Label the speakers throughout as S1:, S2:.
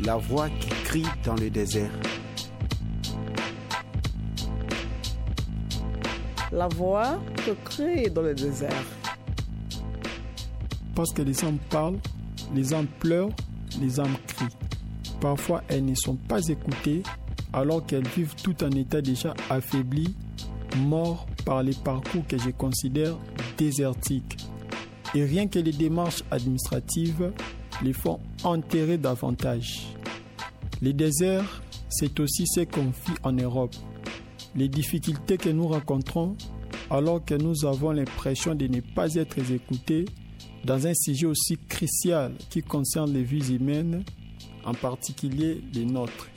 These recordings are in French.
S1: La voix qui crie dans le désert.
S2: La voix que crie dans le désert.
S3: Parce que les âmes parlent, les âmes pleurent, les âmes crient. Parfois, elles ne sont pas écoutées alors qu'elles vivent tout en état déjà affaibli, mort par les parcours que je considère désertiques. Et rien que les démarches administratives les font enterrer davantage. Les déserts, c'est aussi ce qu'on vit en Europe. Les difficultés que nous rencontrons alors que nous avons l'impression de ne pas être écoutés dans un sujet aussi crucial qui concerne les vies humaines, en particulier les nôtres.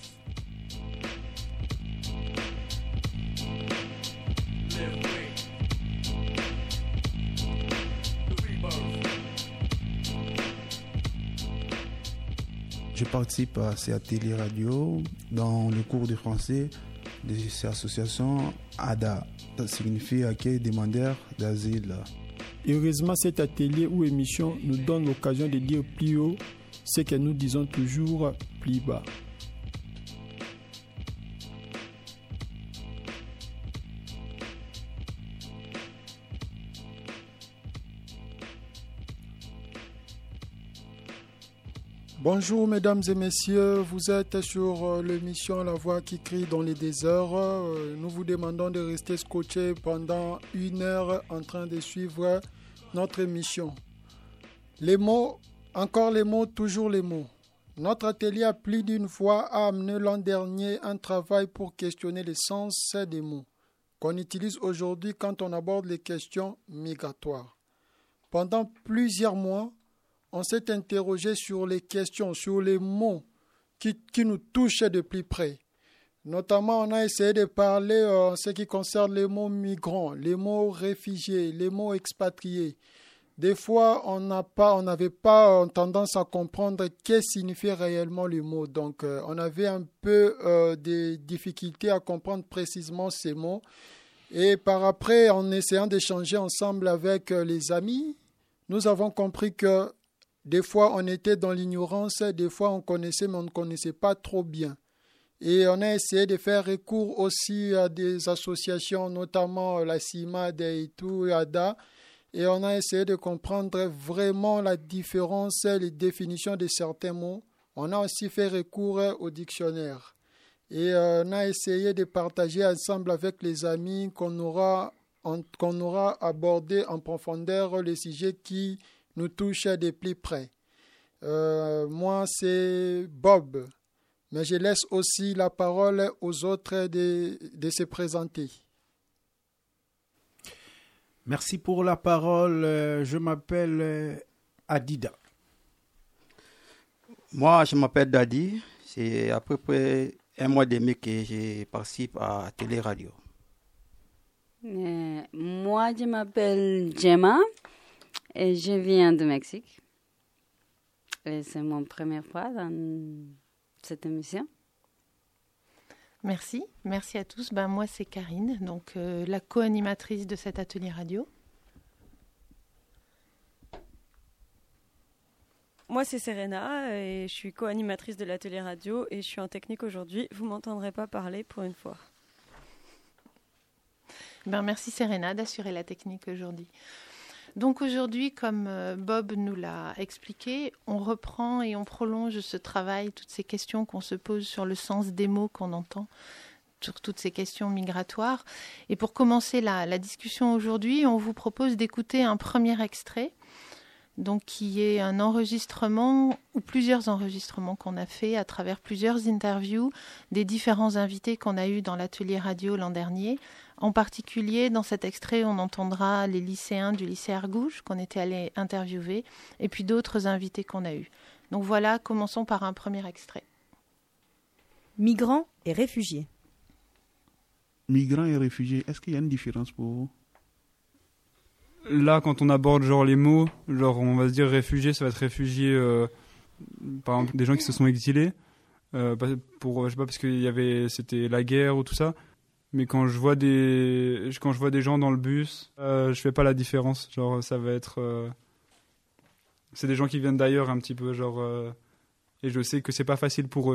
S4: Je participe à ces ateliers radio dans le cours de français de ces associations ADA. Ça signifie Accueil demandeurs d'asile.
S3: Heureusement, cet atelier ou émission nous donne l'occasion de dire plus haut ce que nous disons toujours plus bas. Bonjour mesdames et messieurs, vous êtes sur l'émission La Voix qui crie dans les déserts. Nous vous demandons de rester scotchés pendant 1 heure en train de suivre notre émission. Les mots, encore les mots, toujours les mots. Notre atelier à plus d'une fois a amené l'an dernier un travail pour questionner le sens des mots qu'on utilise aujourd'hui quand on aborde les questions migratoires. Pendant plusieurs mois, on s'est interrogé sur les questions, sur les mots qui nous touchent de plus près. Notamment, on a essayé de parler en ce qui concerne les mots migrants, les mots réfugiés, les mots expatriés. Des fois, on n'avait pas tendance à comprendre qu'est-ce que signifie réellement le mot. Donc, on avait un peu des difficultés à comprendre précisément ces mots. Et par après, en essayant d'échanger ensemble avec les amis, nous avons compris que des fois, on était dans l'ignorance, des fois, on connaissait, mais on ne connaissait pas trop bien. Et on a essayé de faire recours aussi à des associations, notamment la CIMAD et tout, et ADA, et on a essayé de comprendre vraiment la différence, les définitions de certains mots. On a aussi fait recours au dictionnaire. Et on a essayé de partager ensemble avec les amis qu'on aura abordé en profondeur les sujets qui nous touche de plus près. Moi, c'est Bob, mais je laisse aussi la parole aux autres de se présenter.
S1: Merci pour la parole. Je m'appelle Adida.
S5: Moi, je m'appelle Dadi. C'est à peu près 1 mois et demi que je participe à Télé Radio.
S6: Moi, je m'appelle Gemma. Et je viens du Mexique. Et c'est mon première fois dans cette émission.
S7: Merci à tous. Moi, c'est Karine, donc la co-animatrice de cet atelier radio.
S8: Moi, c'est Serena et je suis co-animatrice de l'atelier radio et je suis en technique aujourd'hui. Vous ne m'entendrez pas parler pour une fois.
S7: Merci Serena d'assurer la technique aujourd'hui. Donc aujourd'hui, comme Bob nous l'a expliqué, on reprend et on prolonge ce travail, toutes ces questions qu'on se pose sur le sens des mots qu'on entend, sur toutes ces questions migratoires. Et pour commencer la discussion aujourd'hui, on vous propose d'écouter un premier extrait, donc qui est un enregistrement ou plusieurs enregistrements qu'on a fait à travers plusieurs interviews des différents invités qu'on a eus dans l'atelier radio l'an dernier. En particulier, dans cet extrait, on entendra les lycéens du lycée Argouges qu'on était allés interviewer et puis d'autres invités qu'on a eus. Donc voilà, commençons par un premier extrait.
S9: Migrants et réfugiés.
S10: Migrants et réfugiés, est-ce qu'il y a une différence pour vous ?
S11: Là, quand on aborde les mots, on va se dire réfugiés, ça va être réfugiés, par exemple, des gens qui se sont exilés, je sais pas, parce que c'était la guerre ou tout ça. Mais quand je vois des gens dans le bus, je fais pas la différence. Ça va être, c'est des gens qui viennent d'ailleurs un petit peu, Et je sais que c'est pas facile pour eux.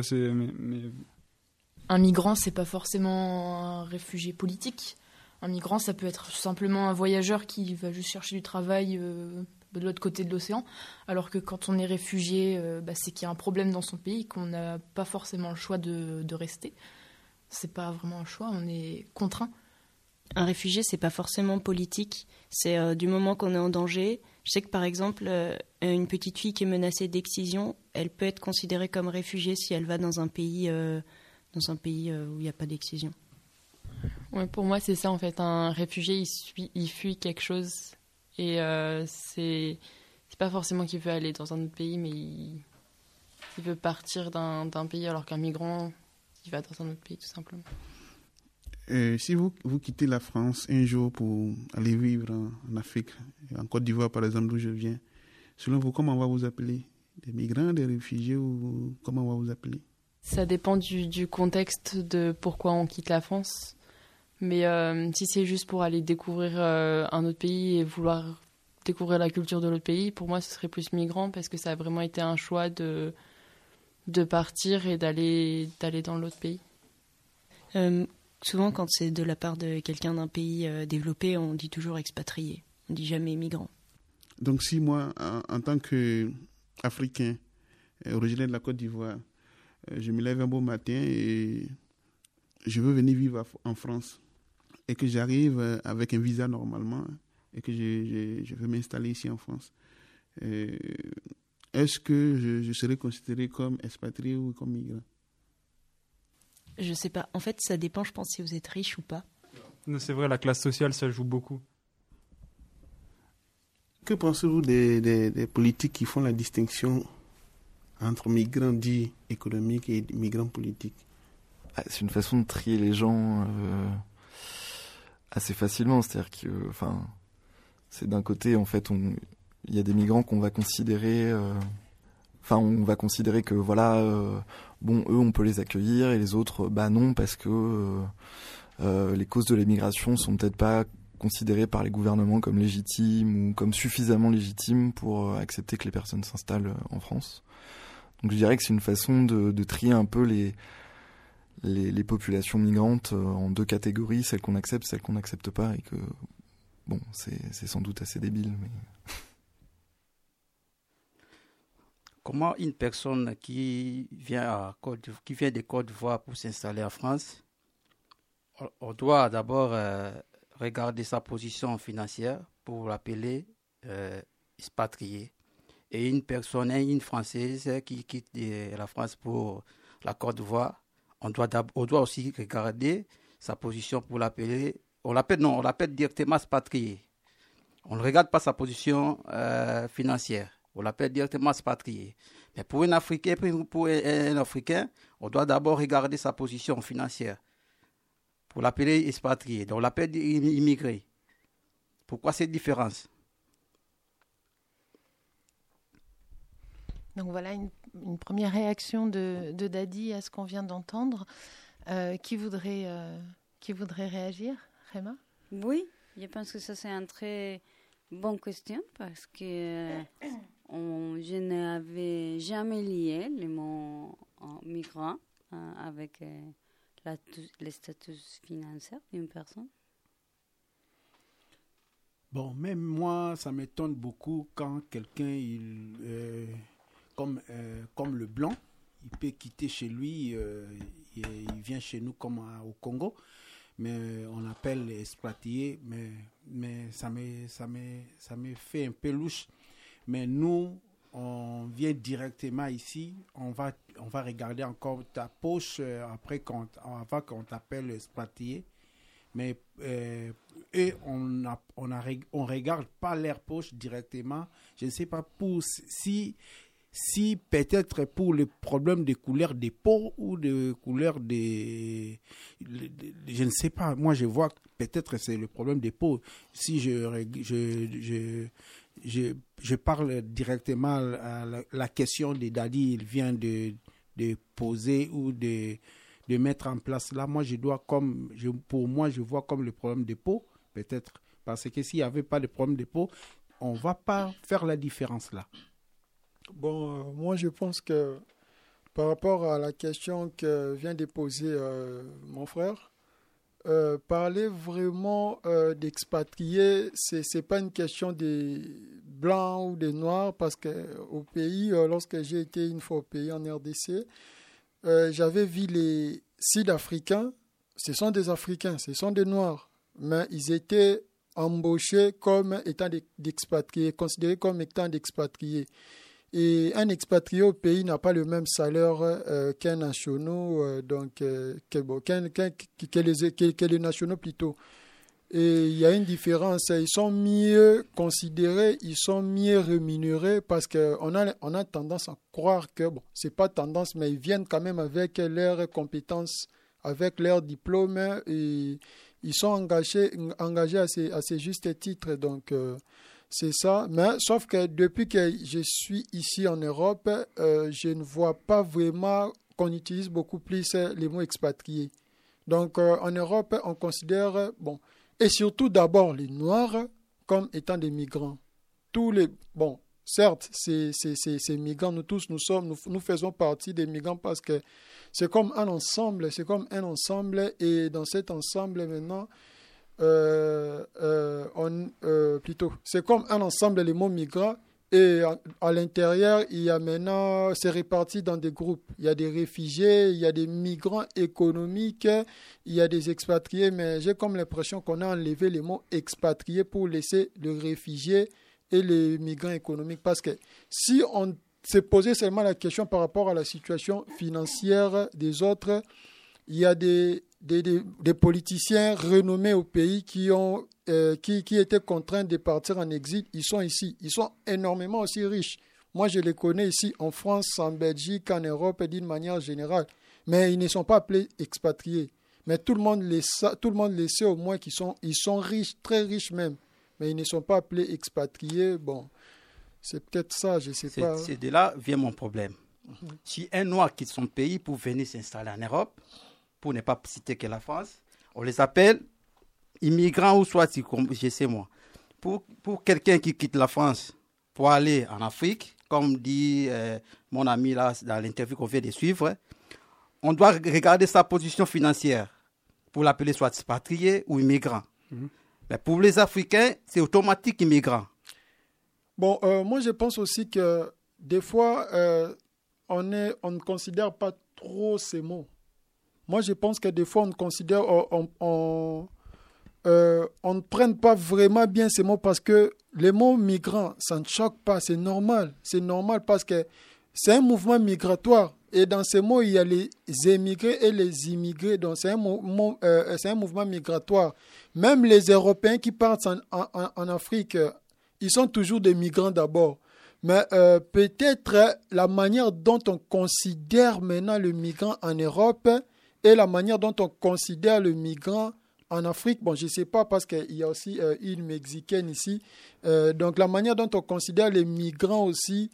S12: Un migrant, c'est pas forcément un réfugié politique. Un migrant, ça peut être simplement un voyageur qui va juste chercher du travail de l'autre côté de l'océan. Alors que quand on est réfugié, c'est qu'il y a un problème dans son pays, qu'on n'a pas forcément le choix de rester. C'est pas vraiment un choix, on est contraint.
S8: Un réfugié, c'est pas forcément politique. C'est du moment qu'on est en danger. Je sais que par exemple, une petite fille qui est menacée d'excision, elle peut être considérée comme réfugiée si elle va dans un pays où il n'y a pas d'excision.
S12: Ouais, pour moi, c'est ça en fait. Un réfugié, il fuit quelque chose. Et c'est pas forcément qu'il veut aller dans un autre pays, mais il veut partir d'un pays, alors qu'un migrant, il va dans un autre pays tout simplement.
S10: Si vous quittez la France un jour pour aller vivre en Afrique, en Côte d'Ivoire par exemple, d'où je viens, selon vous, comment on va vous appeler? Des migrants, des réfugiés, ou comment on va vous appeler?
S12: Ça dépend du contexte de pourquoi on quitte la France. Mais si c'est juste pour aller découvrir un autre pays et vouloir découvrir la culture de l'autre pays, pour moi ce serait plus migrant, parce que ça a vraiment été un choix de partir et d'aller dans l'autre pays.
S8: Souvent, quand c'est de la part de quelqu'un d'un pays développé, on dit toujours expatrié. On dit jamais migrant.
S10: Donc si moi, en tant qu'Africain, originaire de la Côte d'Ivoire, je me lève un beau matin et je veux venir vivre en France, et que j'arrive avec un visa normalement, et que je veux m'installer ici en France, est-ce que je serai considéré comme expatrié ou comme migrant?
S8: Je sais pas. En fait, ça dépend, je pense, si vous êtes riche ou pas.
S11: Non, c'est vrai, la classe sociale, ça joue beaucoup.
S10: Que pensez-vous des politiques qui font la distinction entre migrants dits économiques et migrants politiques?
S13: C'est une façon de trier les gens assez facilement. C'est-à-dire que, c'est d'un côté, en fait, il y a des migrants qu'on va considérer... on va considérer que, eux, on peut les accueillir, et les autres, non, parce que les causes de l'émigration sont peut-être pas considérées par les gouvernements comme légitimes ou comme suffisamment légitimes pour accepter que les personnes s'installent en France. Donc je dirais que c'est une façon de trier un peu les populations migrantes en deux catégories, celles qu'on accepte, celles qu'on n'accepte pas, et que, c'est sans doute assez débile, mais...
S5: Comment une personne qui vient de Côte d'Ivoire pour s'installer en France, on doit d'abord regarder sa position financière pour l'appeler expatrié. Et une Française qui quitte la France pour la Côte d'Ivoire, on doit aussi regarder sa position pour l'appeler. On l'appelle directement expatrié. On ne regarde pas sa position financière. On l'appelle directement expatrié. Mais pour un Africain, on doit d'abord regarder sa position financière pour l'appeler expatrié. Donc on l'appelle immigré. Pourquoi cette différence?
S7: Donc voilà une première réaction de Dadi à ce qu'on vient d'entendre. Qui voudrait réagir? Réma?
S6: Oui, je pense que ça c'est une très bonne question, parce que je n'avais jamais lié le mot migrant avec le statut financier d'une personne.
S1: Bon, même moi, ça m'étonne beaucoup quand quelqu'un, comme le blanc, il peut quitter chez lui, il vient chez nous comme au Congo, mais on appelle expatrié, mais ça me fait un peu louche. Mais nous, on vient directement ici, on va regarder encore ta poche avant qu'on t'appelle expatrié. Mais eux, on regarde pas leur poche directement. Je ne sais pas si peut-être pour le problème de couleur des peau ou de couleur des... Je ne sais pas. Moi, je vois que peut-être c'est le problème des peaux. Si je parle directement à la question de Dadi, il vient de poser ou de mettre en place là. Moi, pour moi, je vois comme le problème des peaux, peut-être. Parce que s'il n'y avait pas de problème de peau, on ne va pas faire la différence là.
S3: Bon, moi je pense que par rapport à la question que vient de poser mon frère, parler vraiment d'expatriés, c'est pas une question des blancs ou des noirs, parce qu'au pays, lorsque j'ai été une fois au pays en RDC, j'avais vu les Sud-Africains, ce sont des Africains, ce sont des Noirs, mais ils étaient embauchés comme étant d'expatriés, considérés comme étant d'expatriés. Et un expatrié au pays n'a pas le même salaire qu'un national, que les nationaux plutôt. Et il y a une différence, ils sont mieux considérés, ils sont mieux rémunérés, parce qu'on a tendance à croire que, c'est pas tendance, mais ils viennent quand même avec leurs compétences, avec leurs diplômes, et ils sont engagés à ces justes titres. Donc, c'est ça. Mais sauf que depuis que je suis ici en Europe, je ne vois pas vraiment qu'on utilise beaucoup plus les mots expatriés. Donc, en Europe, on considère, et surtout d'abord les Noirs comme étant des migrants. Certes, ces migrants, nous tous, nous faisons partie des migrants, parce que c'est comme un ensemble, et dans cet ensemble maintenant, c'est comme un ensemble les mots migrants, et à l'intérieur, il y a maintenant, c'est réparti dans des groupes. Il y a des réfugiés, il y a des migrants économiques, il y a des expatriés, mais j'ai comme l'impression qu'on a enlevé les mots expatriés pour laisser le réfugié et les migrants économiques. Parce que si on s'est posé seulement la question par rapport à la situation financière des autres, il y a des politiciens renommés au pays qui étaient contraints de partir en exil. Ils sont ici. Ils sont énormément aussi riches. Moi, je les connais ici en France, en Belgique, en Europe, d'une manière générale. Mais ils ne sont pas appelés expatriés. Mais tout le monde les sait au moins ils sont riches, très riches même. Mais ils ne sont pas appelés expatriés. C'est peut-être ça, je ne sais pas.
S5: C'est de là vient mon problème. Si un Noir quitte son pays pour venir s'installer en Europe, pour ne pas citer que la France, on les appelle immigrants ou soit, je sais moi. Pour quelqu'un qui quitte la France pour aller en Afrique, comme dit mon ami là dans l'interview qu'on vient de suivre, on doit regarder sa position financière pour l'appeler soit expatrié ou immigrant. Mais pour les Africains, c'est automatique immigrant.
S3: Moi je pense aussi que des fois, on ne considère pas trop ces mots. Moi, je pense que des fois, on ne prenne pas vraiment bien ces mots, parce que les mots migrants, ça ne choque pas, c'est normal. C'est normal parce que c'est un mouvement migratoire. Et dans ces mots, il y a les émigrés et les immigrés. Donc, c'est un mouvement migratoire. Même les Européens qui partent en Afrique, ils sont toujours des migrants d'abord. Mais peut-être la manière dont on considère maintenant le migrant en Europe et la manière dont on considère le migrant en Afrique, je ne sais pas, parce qu'il y a aussi une Mexicaine ici. Donc la manière dont on considère les migrants aussi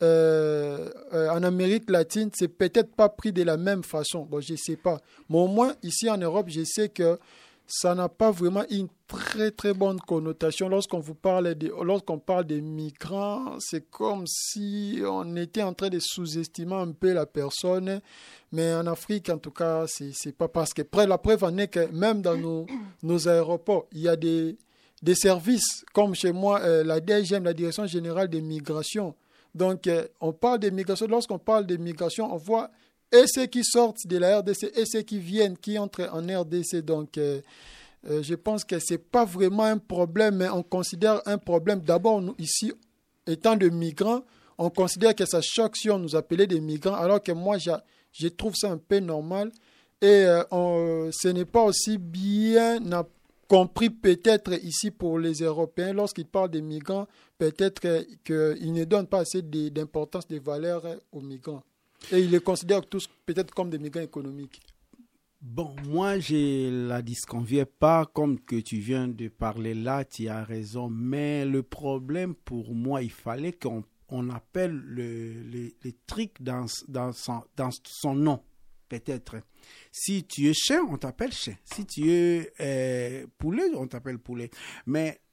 S3: en Amérique latine, c'est peut-être pas pris de la même façon. Je ne sais pas. Mais au moins, ici en Europe, je sais que ça n'a pas vraiment une très très bonne connotation. Lorsqu'on parle des migrants, c'est comme si on était en train de sous-estimer un peu la personne. Mais en Afrique, en tout cas, c'est pas parce que la preuve en est que même dans nos aéroports, il y a des services comme chez moi, la DGM, la Direction Générale des Migrations. Donc, on parle des migrations. Lorsqu'on parle des migrations, on voit et ceux qui sortent de la RDC et ceux qui viennent, qui entrent en RDC. Donc, je pense que ce n'est pas vraiment un problème, mais on considère un problème. D'abord, nous, ici, étant des migrants, on considère que ça choque si on nous appelait des migrants, alors que moi, je trouve ça un peu normal. Et ce n'est pas aussi bien compris peut-être ici pour les Européens. Lorsqu'ils parlent des migrants, peut-être qu'ils ne donnent pas assez d'importance, de valeur aux migrants. Et ils les considèrent tous peut-être comme des migrants économiques.
S1: Moi, je la disconviens pas comme que tu viens de parler là, tu as raison. Mais le problème pour moi, il fallait qu'on appelle les trucs dans son nom, peut-être. Si tu es chien, on t'appelle chien. Si tu es poulet, on t'appelle poulet. Mais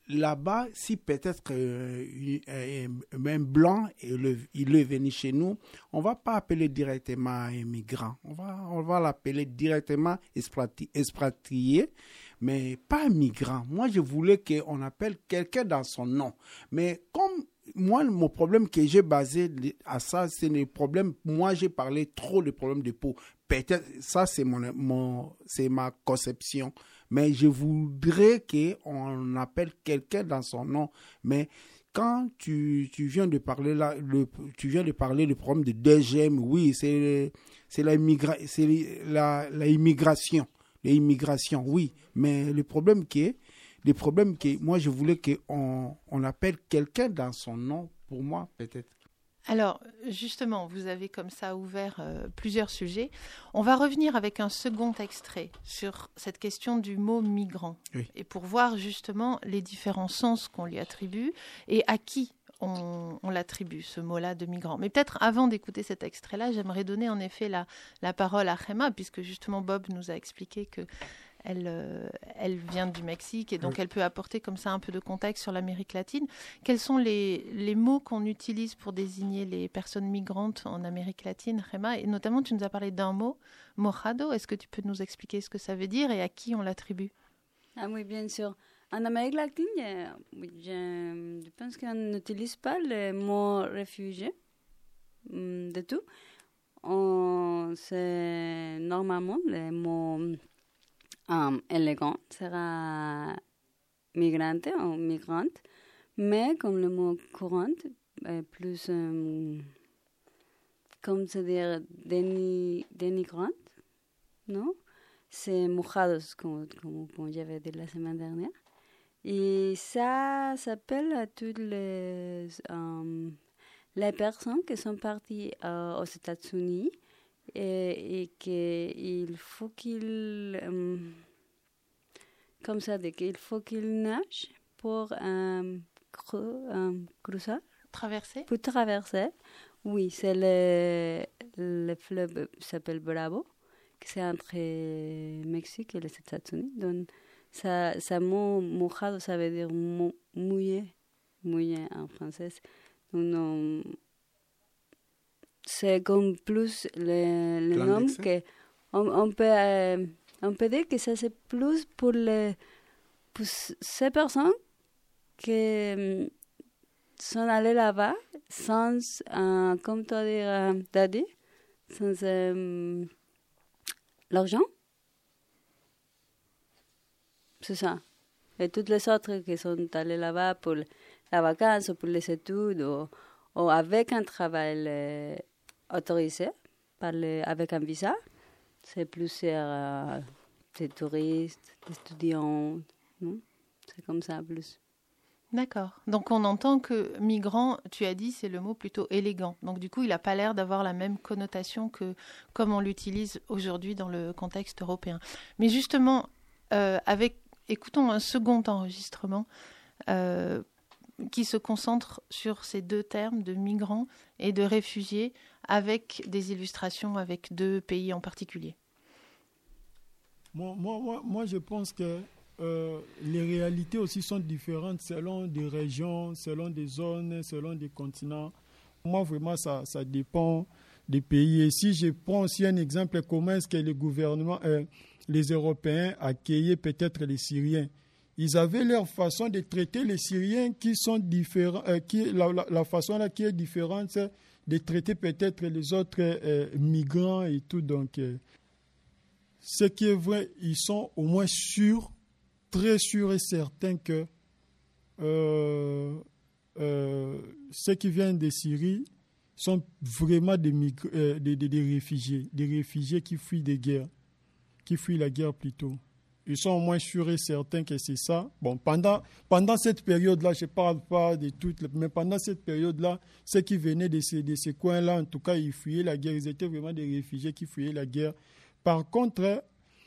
S1: là-bas, si peut-être un blanc il est venu chez nous, on ne va pas appeler directement un migrant. On va l'appeler directement expatrié, mais pas un migrant. Moi, je voulais qu'on appelle quelqu'un dans son nom. Mais comme moi, mon problème que j'ai basé à ça, c'est le problème. Moi, j'ai parlé trop de problèmes de peau. Peut-être, ça, c'est c'est ma conception. Mais je voudrais qu'on appelle quelqu'un dans son nom. Mais quand tu viens de parler là, du problème de deuxième, oui, c'est l'immigration. L'immigration, oui. Mais le problème moi, je voulais qu'on appelle quelqu'un dans son nom, pour moi, peut-être.
S7: Alors, justement, vous avez comme ça ouvert plusieurs sujets. On va revenir avec un second extrait sur cette question du mot migrant. Oui. Et pour voir justement les différents sens qu'on lui attribue et à qui on l'attribue, ce mot-là de migrant. Mais peut-être avant d'écouter cet extrait-là, j'aimerais donner en effet la parole à Gemma, puisque justement Bob nous a expliqué que elle vient du Mexique et donc elle peut apporter comme ça un peu de contexte sur l'Amérique latine. Quels sont les mots qu'on utilise pour désigner les personnes migrantes en Amérique latine, Gemma? Et notamment, tu nous as parlé d'un mot, mojado. Est-ce que tu peux nous expliquer ce que ça veut dire et à qui on l'attribue?
S6: Ah oui, bien sûr. En Amérique latine, je pense qu'on n'utilise pas le mot réfugié du tout. C'est normalement le mot élégant sera migrante ou migrante, mais comme le mot courant, plus comme se dire dénigrante, non? C'est mojados, comme j'avais dit la semaine dernière. Et ça s'appelle à toutes les personnes qui sont parties aux États-Unis et qu'il faut qu'ils comme ça, qu'il faut qu'ils nagent pour
S7: traverser.
S6: Pour traverser. Oui, c'est le fleuve qui s'appelle Bravo, qui c'est entre Mexique et les États-Unis. Donc, ça mojado, ça veut dire mouillé en français. Donc, c'est comme plus le nom que on peut dire que ça c'est plus pour ces personnes qui sont allées là-bas sans, comme tu as dit, sans l'argent. C'est ça. Et toutes les autres qui sont allées là-bas pour la vacance ou pour les études ou avec un travail autorisé, avec un visa, c'est plus des touristes, des étudiants, non? C'est comme ça plus.
S7: D'accord. Donc on entend que migrant, tu as dit, c'est le mot plutôt élégant. Donc du coup, il n'a pas l'air d'avoir la même connotation que comme on l'utilise aujourd'hui dans le contexte européen. Mais justement, écoutons un second enregistrement qui se concentre sur ces deux termes de migrants et de réfugiés avec des illustrations avec deux pays en particulier.
S3: Moi, je pense que les réalités aussi sont différentes selon des régions, selon des zones, selon des continents. Moi, vraiment, ça dépend des pays. Et si je prends aussi un exemple, comment est-ce que le gouvernement, les Européens accueillaient peut-être les Syriens? Ils avaient leur façon de traiter les Syriens qui sont différents, la façon là qui est différente, c'est de traiter peut-être les autres migrants et tout. Donc, ce qui est vrai, ils sont au moins sûrs, très sûrs et certains que ceux qui viennent de Syrie sont vraiment des réfugiés qui fuient des guerres, qui fuient la guerre plutôt. Ils sont au moins sûrs et certains que c'est ça. Bon, pendant cette période-là, je ne parle pas de toutes, mais pendant cette période-là, ceux qui venaient de ces coins-là, en tout cas, ils fuyaient la guerre. Ils étaient vraiment des réfugiés qui fuyaient la guerre. Par contre,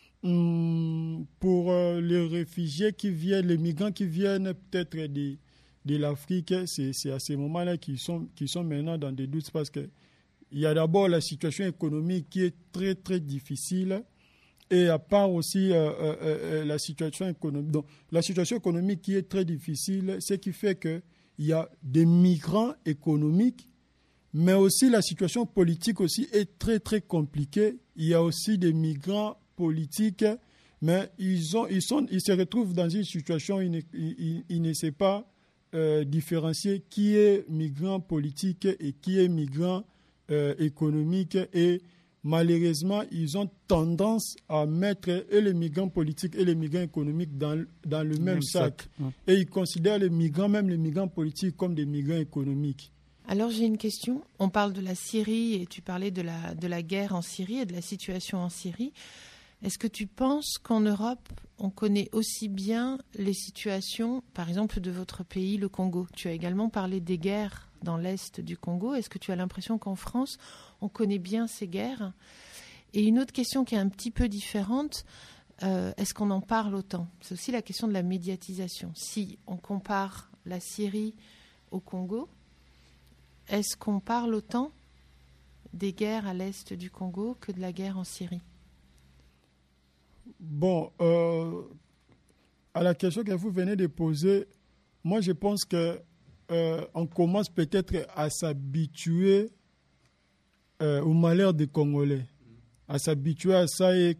S3: pour les réfugiés qui viennent, les migrants qui viennent peut-être de l'Afrique, c'est à ces moments-là qu'ils sont maintenant dans des doutes parce qu'il y a d'abord la situation économique qui est très, très difficile. Et à part aussi la situation économique. Donc, la situation économique qui est très difficile, ce qui fait qu'il y a des migrants économiques, mais aussi la situation politique aussi est très, très compliquée. Il y a aussi des migrants politiques, mais ils se retrouvent dans une situation où ils ne savent pas différencier qui est migrant politique et qui est migrant économique. Et malheureusement, ils ont tendance à mettre et les migrants politiques et les migrants économiques dans le même sac. Et ils considèrent les migrants politiques comme des migrants économiques.
S7: Alors j'ai une question. On parle de la Syrie et tu parlais de la guerre en Syrie et de la situation en Syrie. Est-ce que tu penses qu'en Europe, on connaît aussi bien les situations, par exemple, de votre pays, le Congo? Tu as également parlé des guerres dans l'est du Congo. Est-ce que tu as l'impression qu'en France, on connaît bien ces guerres? Et une autre question qui est un petit peu différente, est-ce qu'on en parle autant? C'est aussi la question de la médiatisation. Si on compare la Syrie au Congo, est-ce qu'on parle autant des guerres à l'est du Congo que de la guerre en Syrie?
S3: Bon, à la question que vous venez de poser, moi je pense que on commence peut-être à s'habituer au malheur des Congolais, à s'habituer à ça et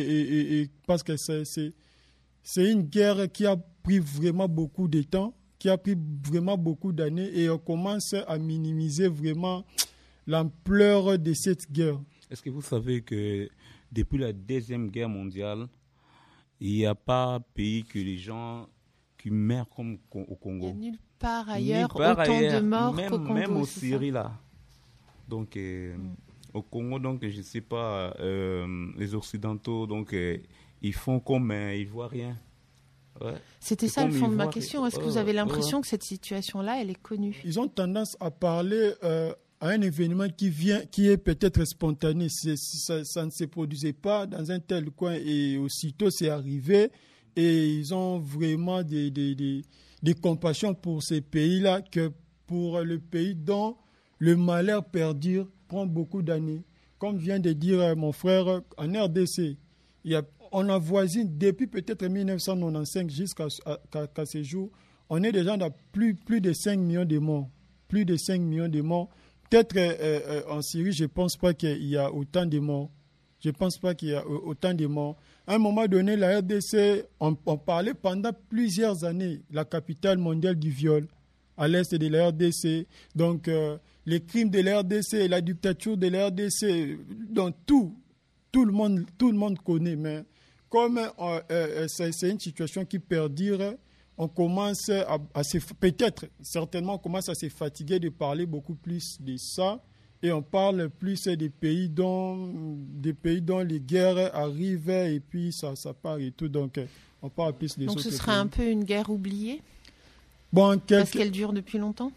S3: parce que c'est une guerre qui a pris vraiment beaucoup de temps, qui a pris vraiment beaucoup d'années et on commence à minimiser vraiment l'ampleur de cette guerre.
S14: Est-ce que vous savez que depuis la Deuxième Guerre mondiale, il n'y a pas un pays que les gens qui meurent comme au Congo.
S7: Il n'y a nulle part ailleurs autant de morts qu'au Congo.
S14: Même au Syrie, là. Donc, au Congo, donc, je ne sais pas, les Occidentaux, donc, ils font comme ils ne voient rien. Ouais.
S7: C'était ça le fond de ma question. Est-ce que vous avez l'impression que cette situation-là, elle est connue?
S3: Ils ont tendance à parler à un événement qui est peut-être spontané. Ça ne se produisait pas dans un tel coin et aussitôt c'est arrivé et ils ont vraiment des compassions pour ces pays-là que pour le pays dont le malheur perdure prend beaucoup d'années. Comme vient de dire mon frère, en RDC, on avoisine depuis peut-être 1995 jusqu'à ce jour, on est déjà dans plus de 5 millions de morts. Plus de 5 millions de morts. Peut-être en Syrie, je ne pense pas qu'il y a autant de morts. Je ne pense pas qu'il y a autant de morts. À un moment donné, la RDC, on parlait pendant plusieurs années, la capitale mondiale du viol, à l'est de la RDC. Donc, les crimes de la RDC, la dictature de la RDC, donc tout le monde connaît. Mais comme c'est une situation qui perdure, on commence certainement, on commence à se fatiguer de parler beaucoup plus de ça et on parle plus des pays dont les guerres arrivent et puis ça part et tout. Donc, on parle plus des autres pays.
S7: Donc, ce serait un peu une guerre oubliée
S3: parce
S7: qu'elle dure depuis longtemps?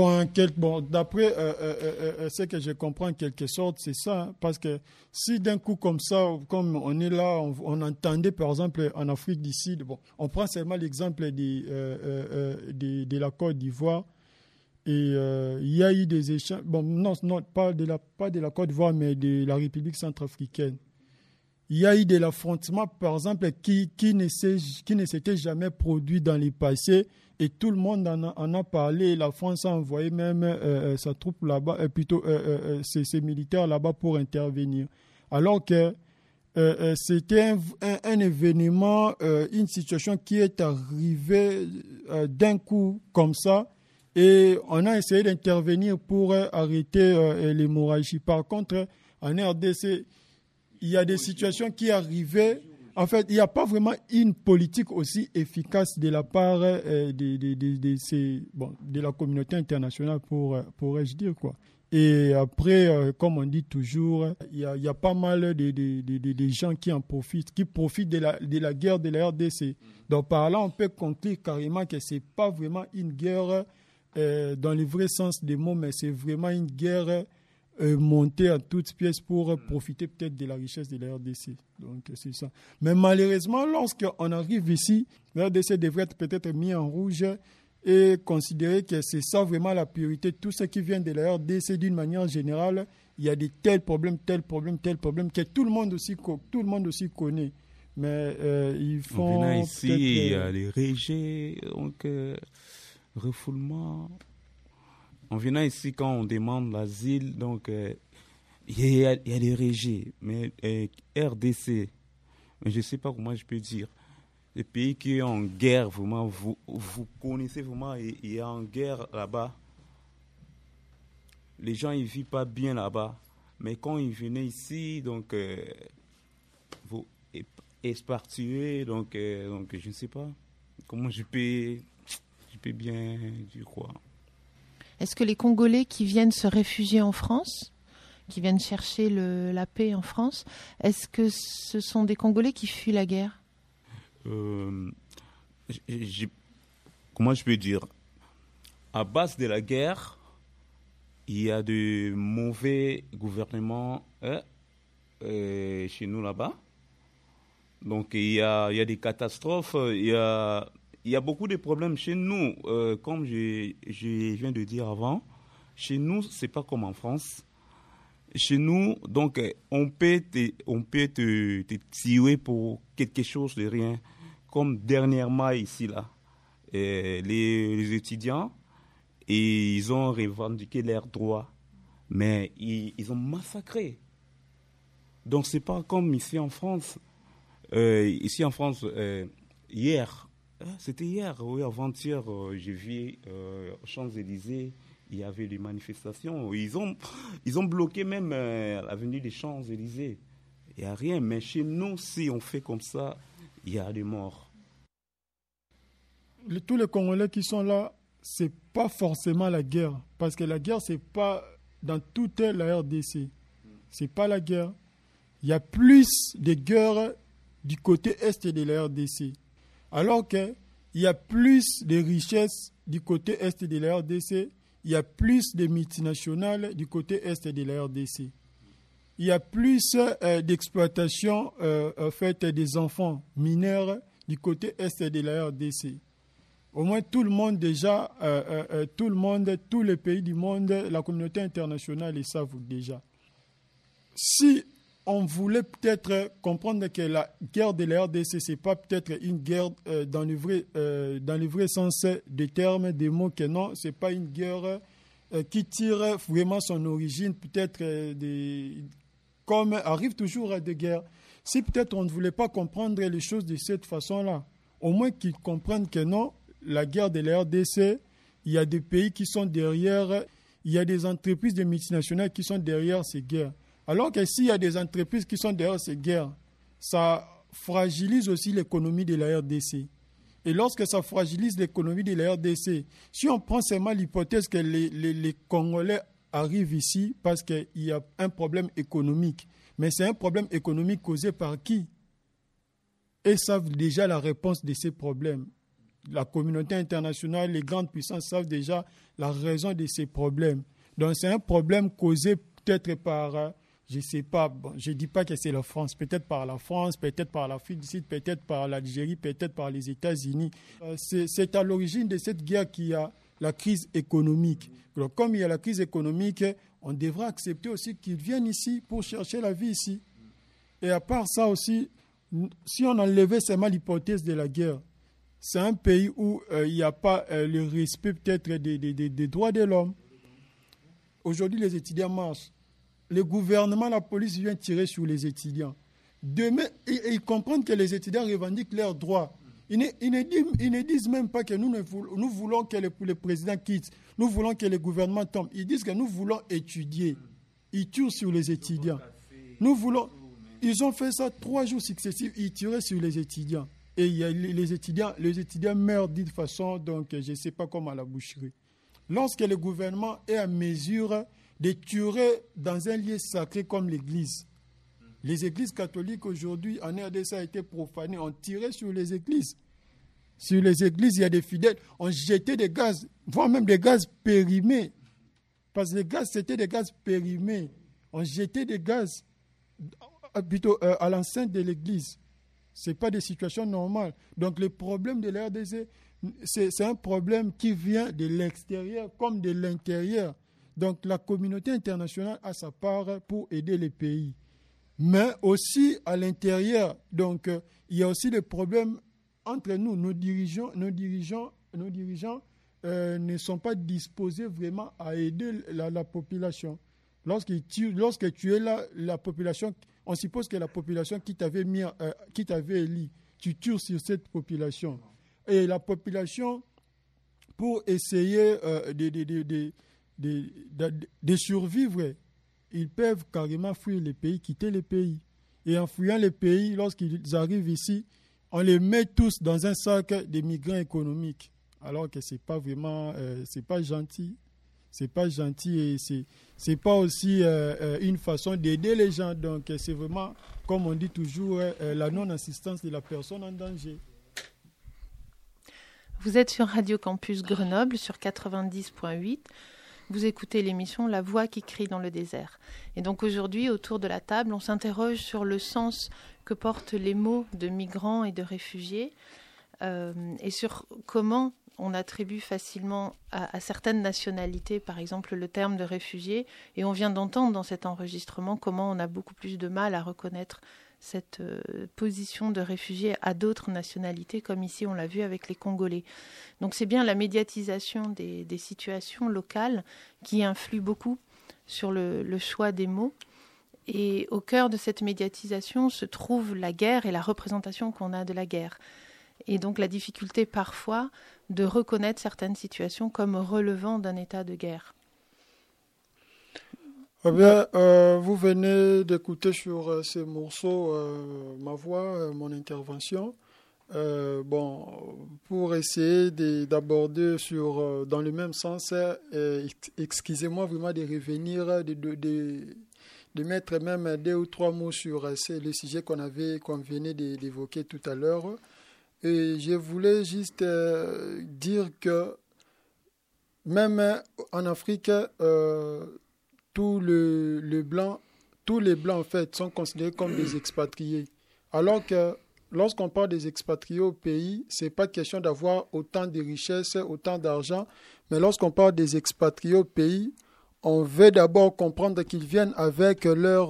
S3: D'après ce que je comprends en quelque sorte, c'est ça. Hein, parce que si d'un coup comme ça, comme on est là, on entendait par exemple en Afrique du Sud, on prend seulement l'exemple de la Côte d'Ivoire, et il y a eu des échanges, pas de la Côte d'Ivoire, mais de la République centrafricaine. Il y a eu de l'affrontement, par exemple, qui ne s'était jamais produit dans le passé. Et tout le monde en a parlé. La France a envoyé même sa troupe là-bas, ses militaires là-bas pour intervenir. Alors que c'était un événement, une situation qui est arrivée d'un coup comme ça. Et on a essayé d'intervenir pour arrêter l'hémorragie. Par contre, en RDC, il y a des situations qui arrivaient. En fait, il n'y a pas vraiment une politique aussi efficace de la part de la communauté internationale, pourrais-je dire, quoi. Et après, comme on dit toujours, il y a pas mal de gens qui en profitent, qui profitent de la guerre de la RDC. Donc par là, on peut conclure carrément que ce n'est pas vraiment une guerre dans le vrai sens des mots, mais c'est vraiment une guerre monter à toutes pièces pour profiter peut-être de la richesse de la RDC. Donc c'est ça. Mais malheureusement, lorsqu'on arrive ici, la RDC devrait être peut-être mis en rouge et considérer que c'est ça vraiment la priorité. Tout ce qui vient de la RDC d'une manière générale, il y a des tels problèmes, que tout le monde aussi connaît. Mais ils font...
S14: En venant ici, il y a les rejets, donc refoulement. En venant ici, quand on demande l'asile, donc il y a des rejets. Mais RDC, je ne sais pas comment je peux dire, les pays qui sont en guerre, vraiment, vous connaissez vraiment, il y a en guerre là-bas. Les gens, ils ne vivent pas bien là-bas. Mais quand ils venaient ici, donc, vous expatriés, donc je ne sais pas comment je peux bien dire quoi.
S7: Est-ce que les Congolais qui viennent se réfugier en France, qui viennent chercher la paix en France, est-ce que ce sont des Congolais qui fuient la guerre?
S14: Comment je peux dire? À base de la guerre, il y a de mauvais gouvernements chez nous là-bas. Donc il y a des catastrophes, il y a beaucoup de problèmes chez nous. Comme je viens de dire avant, chez nous, c'est pas comme en France. Chez nous, donc, on peut te tuer pour quelque chose de rien. Comme dernièrement ici, là, les étudiants, et ils ont revendiqué leurs droits, mais ils ont massacré. Donc, c'est pas comme ici en France. Ici en France, hier, c'était hier, oui, avant-hier, j'ai vu aux Champs-Élysées, il y avait des manifestations. Ils ont bloqué même l'avenue des Champs-Élysées. Il n'y a rien. Mais chez nous, si on fait comme ça, il y a des morts.
S3: Tous les Congolais qui sont là, ce n'est pas forcément la guerre. Parce que la guerre, ce n'est pas dans toute la RDC. Ce n'est pas la guerre. Il y a plus de guerres du côté est de la RDC. Alors qu'il y a plus de richesses du côté est de la RDC. Il y a plus de multinationales du côté est de la RDC. Il y a plus d'exploitation faite des enfants mineurs du côté est de la RDC. Au moins tout le monde déjà, tous les pays du monde, la communauté internationale le savent déjà. Si on voulait peut-être comprendre que la guerre de la RDC, ce n'est pas peut-être une guerre dans le vrai sens des termes, des mots, que non, ce n'est pas une guerre qui tire vraiment son origine, peut-être comme arrive toujours à des guerres. Si peut-être on ne voulait pas comprendre les choses de cette façon-là, au moins qu'ils comprennent que non, la guerre de la RDC, il y a des pays qui sont derrière, il y a des entreprises de multinationales qui sont derrière ces guerres. Alors que s'il y a des entreprises qui sont derrière ces guerres, ça fragilise aussi l'économie de la RDC. Et lorsque ça fragilise l'économie de la RDC, si on prend seulement l'hypothèse que les Congolais arrivent ici parce qu'il y a un problème économique, mais c'est un problème économique causé par qui? Ils savent déjà la réponse de ces problèmes. La communauté internationale, les grandes puissances savent déjà la raison de ces problèmes. Donc c'est un problème causé peut-être par... je ne sais pas, je ne dis pas que c'est la France, peut-être par la France, peut-être par l'Afrique du Sud, peut-être par l'Algérie, peut-être par les États-Unis. C'est à l'origine de cette guerre qu'il y a la crise économique. Alors, comme il y a la crise économique, on devra accepter aussi qu'ils viennent ici pour chercher la vie ici. Et à part ça aussi, si on enlevait seulement l'hypothèse de la guerre, c'est un pays où il n'y a pas le respect peut-être des droits de l'homme. Aujourd'hui, les étudiants marchent. Le gouvernement, la police vient tirer sur les étudiants. Demain, ils comprennent que les étudiants revendiquent leurs droits. Ils ne disent même pas que nous voulons que le président quitte. Nous voulons que le gouvernement tombe. Ils disent que nous voulons étudier. Ils tirent sur les étudiants. Ils ont fait ça 3 jours successifs. Ils tiraient sur les étudiants. Et les étudiants meurent d'une façon, donc je ne sais pas comment, à la boucherie. Lorsque le gouvernement est à mesure de tuer dans un lieu sacré comme l'église. Les églises catholiques aujourd'hui, en RDC, a été profanées. On tirait sur les églises. Sur les églises, il y a des fidèles. On jetait des gaz, voire même des gaz périmés. Parce que les gaz, c'était des gaz périmés. On jetait des gaz plutôt à l'enceinte de l'église. Ce n'est pas des situations normales. Donc le problème de la RDC, c'est un problème qui vient de l'extérieur comme de l'intérieur. Donc la communauté internationale a sa part pour aider les pays. Mais aussi à l'intérieur, donc il y a aussi des problèmes entre nous. Nos dirigeants ne sont pas disposés vraiment à aider la population. Lorsque tu es là, la population, on suppose que la population qui t'avait élu, tu tires sur cette population. Et la population, pour essayer de survivre, ils peuvent carrément fuir les pays, quitter les pays. Et en fuyant les pays, lorsqu'ils arrivent ici, on les met tous dans un sac de migrants économiques. Alors que c'est pas vraiment, c'est pas gentil. C'est pas gentil et c'est pas aussi une façon d'aider les gens. Donc c'est vraiment, comme on dit toujours, la non-assistance de la personne en danger.
S7: Vous êtes sur Radio Campus Grenoble sur 90.8. Vous écoutez l'émission La Voix qui crie dans le désert. Et donc aujourd'hui, autour de la table, on s'interroge sur le sens que portent les mots de migrants et de réfugiés et sur comment on attribue facilement à certaines nationalités, par exemple, le terme de réfugié. Et on vient d'entendre dans cet enregistrement comment on a beaucoup plus de mal à reconnaître cette position de réfugié à d'autres nationalités, comme ici on l'a vu avec les Congolais. Donc c'est bien la médiatisation des situations locales qui influe beaucoup sur le choix des mots. Et au cœur de cette médiatisation se trouve la guerre et la représentation qu'on a de la guerre. Et donc la difficulté parfois de reconnaître certaines situations comme relevant d'un état de guerre.
S3: Eh bien, vous venez d'écouter sur ces morceaux ma voix, mon intervention. Pour essayer d'aborder dans le même sens, excusez-moi vraiment de revenir, de mettre même 2 ou 3 mots sur le sujet qu'on venait d'évoquer tout à l'heure. Et je voulais juste dire que même en Afrique, tous les blancs en fait sont considérés comme des expatriés. Alors que lorsqu'on parle des expatriés au pays, c'est pas question d'avoir autant de richesses, autant d'argent, mais lorsqu'on parle des expatriés au pays, on veut d'abord comprendre qu'ils viennent avec leur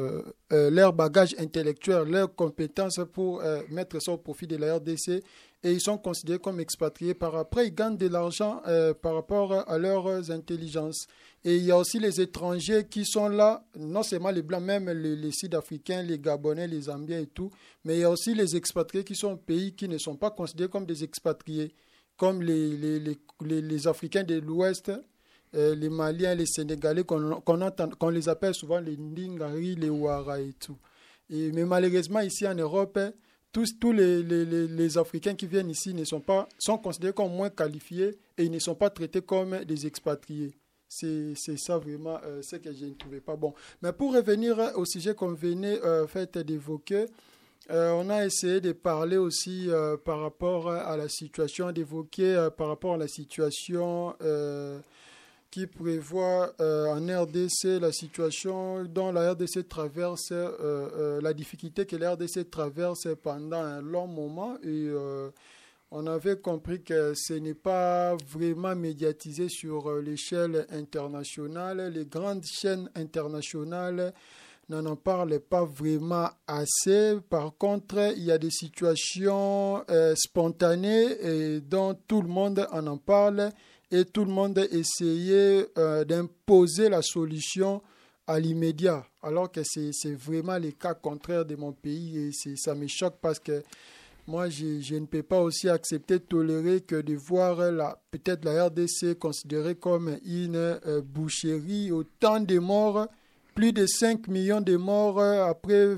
S3: bagage intellectuel, leurs compétences pour mettre ça au profit de la RDC et ils sont considérés comme expatriés. Par après, ils gagnent de l'argent par rapport à leurs intelligences. Et il y a aussi les étrangers qui sont là, non seulement les Blancs, même les Sud-Africains, les Gabonais, les Zambiens et tout, mais il y a aussi les expatriés qui sont au pays qui ne sont pas considérés comme des expatriés, comme les Africains de l'Ouest, les Maliens, les Sénégalais, qu'on les appelle souvent les Ndingari, les Ouara et tout. Mais malheureusement, ici en Europe, tous les Africains qui viennent ici sont considérés comme moins qualifiés et ils ne sont pas traités comme des expatriés. C'est ça vraiment ce que je ne trouvais pas bon. Mais pour revenir au sujet qu'on venait d'évoquer, on a essayé de parler aussi par rapport à la situation, d'évoquer par rapport à la situation qui prévoit en RDC la situation dont la RDC traverse, la difficulté que la RDC traverse pendant un long moment et on avait compris que ce n'est pas vraiment médiatisé sur l'échelle internationale. Les grandes chaînes internationales n'en parlent pas vraiment assez. Par contre, il y a des situations spontanées et dont tout le monde en parle et tout le monde essayait d'imposer la solution à l'immédiat. Alors que c'est vraiment le cas contraire de mon pays et ça me choque parce que moi, je ne peux pas aussi accepter, tolérer que de voir peut-être la RDC considérée comme une boucherie. Autant de morts, plus de 5 millions de morts après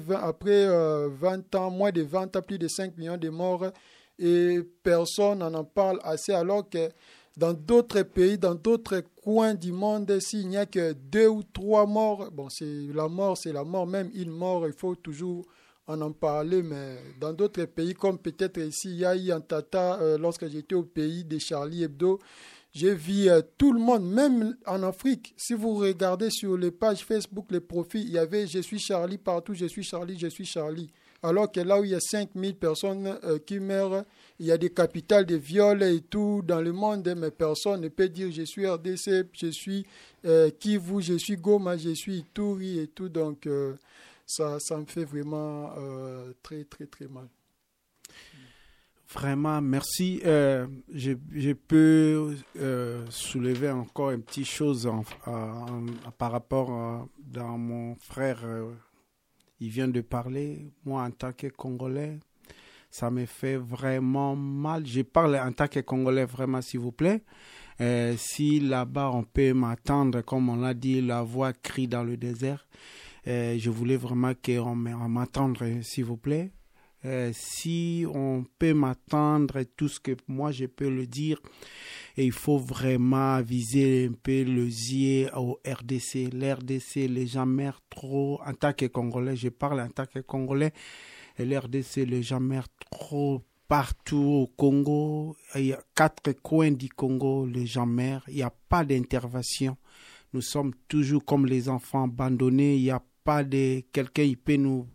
S3: 20 ans, moins de 20 ans, plus de 5 millions de morts. Et personne n'en parle assez alors que dans d'autres pays, dans d'autres coins du monde, s'il n'y a que 2 ou 3 morts, bon, c'est la mort, même une mort, il faut toujours en parler, mais dans d'autres pays, comme peut-être ici, il y a eu en Tata, lorsque j'étais au pays de Charlie Hebdo, j'ai vu tout le monde, même en Afrique. Si vous regardez sur les pages Facebook, les profils, il y avait « Je suis Charlie » partout, « Je suis Charlie », alors que là où il y a 5000 personnes qui meurent, il y a des capitales de viols et tout dans le monde, mais personne ne peut dire je suis RDC, je suis Kivu, je suis Goma, je suis Ituri et tout. Donc ça me fait vraiment très, très, très mal.
S1: Vraiment, merci. Je peux soulever encore une petite chose par rapport dans mon frère. Il vient de parler. Moi, en tant que Congolais, ça me fait vraiment mal. Je parle en tant que Congolais, vraiment, s'il vous plaît. Si là-bas, on peut m'attendre, comme on l'a dit, la voix crie dans le désert. Je voulais vraiment qu'on m'attende, s'il vous plaît. Si on peut m'attendre, tout ce que moi je peux le dire, et il faut vraiment viser un peu le yeux au RDC. L'RDC, les gens meurent trop. En tant que Congolais, je parle en tant que Congolais, et l'RDC, les gens meurent trop partout au Congo. Il y a 4 coins du Congo, les gens meurent. Il n'y a pas d'intervention. Nous sommes toujours comme les enfants abandonnés. Il n'y a pas de quelqu'un qui peut nous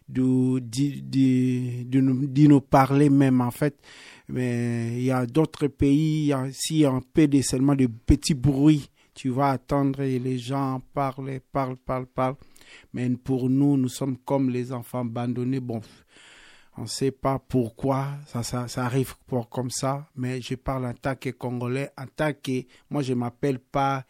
S1: nous parler même en fait. Mais il y a d'autres pays, s'il y a un peu seulement de petits bruits, tu vas attendre et les gens parlent. Mais pour nous, nous sommes comme les enfants abandonnés. Bon, on ne sait pas pourquoi ça arrive comme ça, mais je parle en tant que Congolais, en tant que... Moi, je ne m'appelle pas...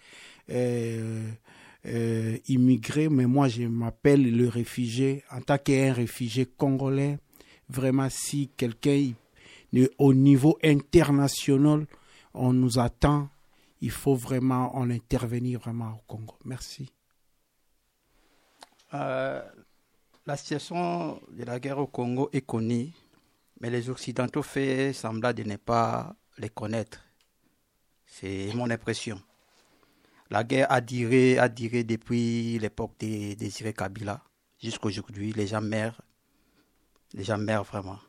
S1: immigré, mais moi je m'appelle le réfugié. En tant qu'un réfugié congolais, vraiment si quelqu'un au niveau international on nous attend, il faut vraiment intervenir vraiment au Congo. Merci.
S5: La situation de la guerre au Congo est connue, mais les Occidentaux font semblant de ne pas les connaître. C'est mon impression. La guerre a duré depuis l'époque de Désiré Kabila jusqu'à aujourd'hui. Les gens meurent vraiment.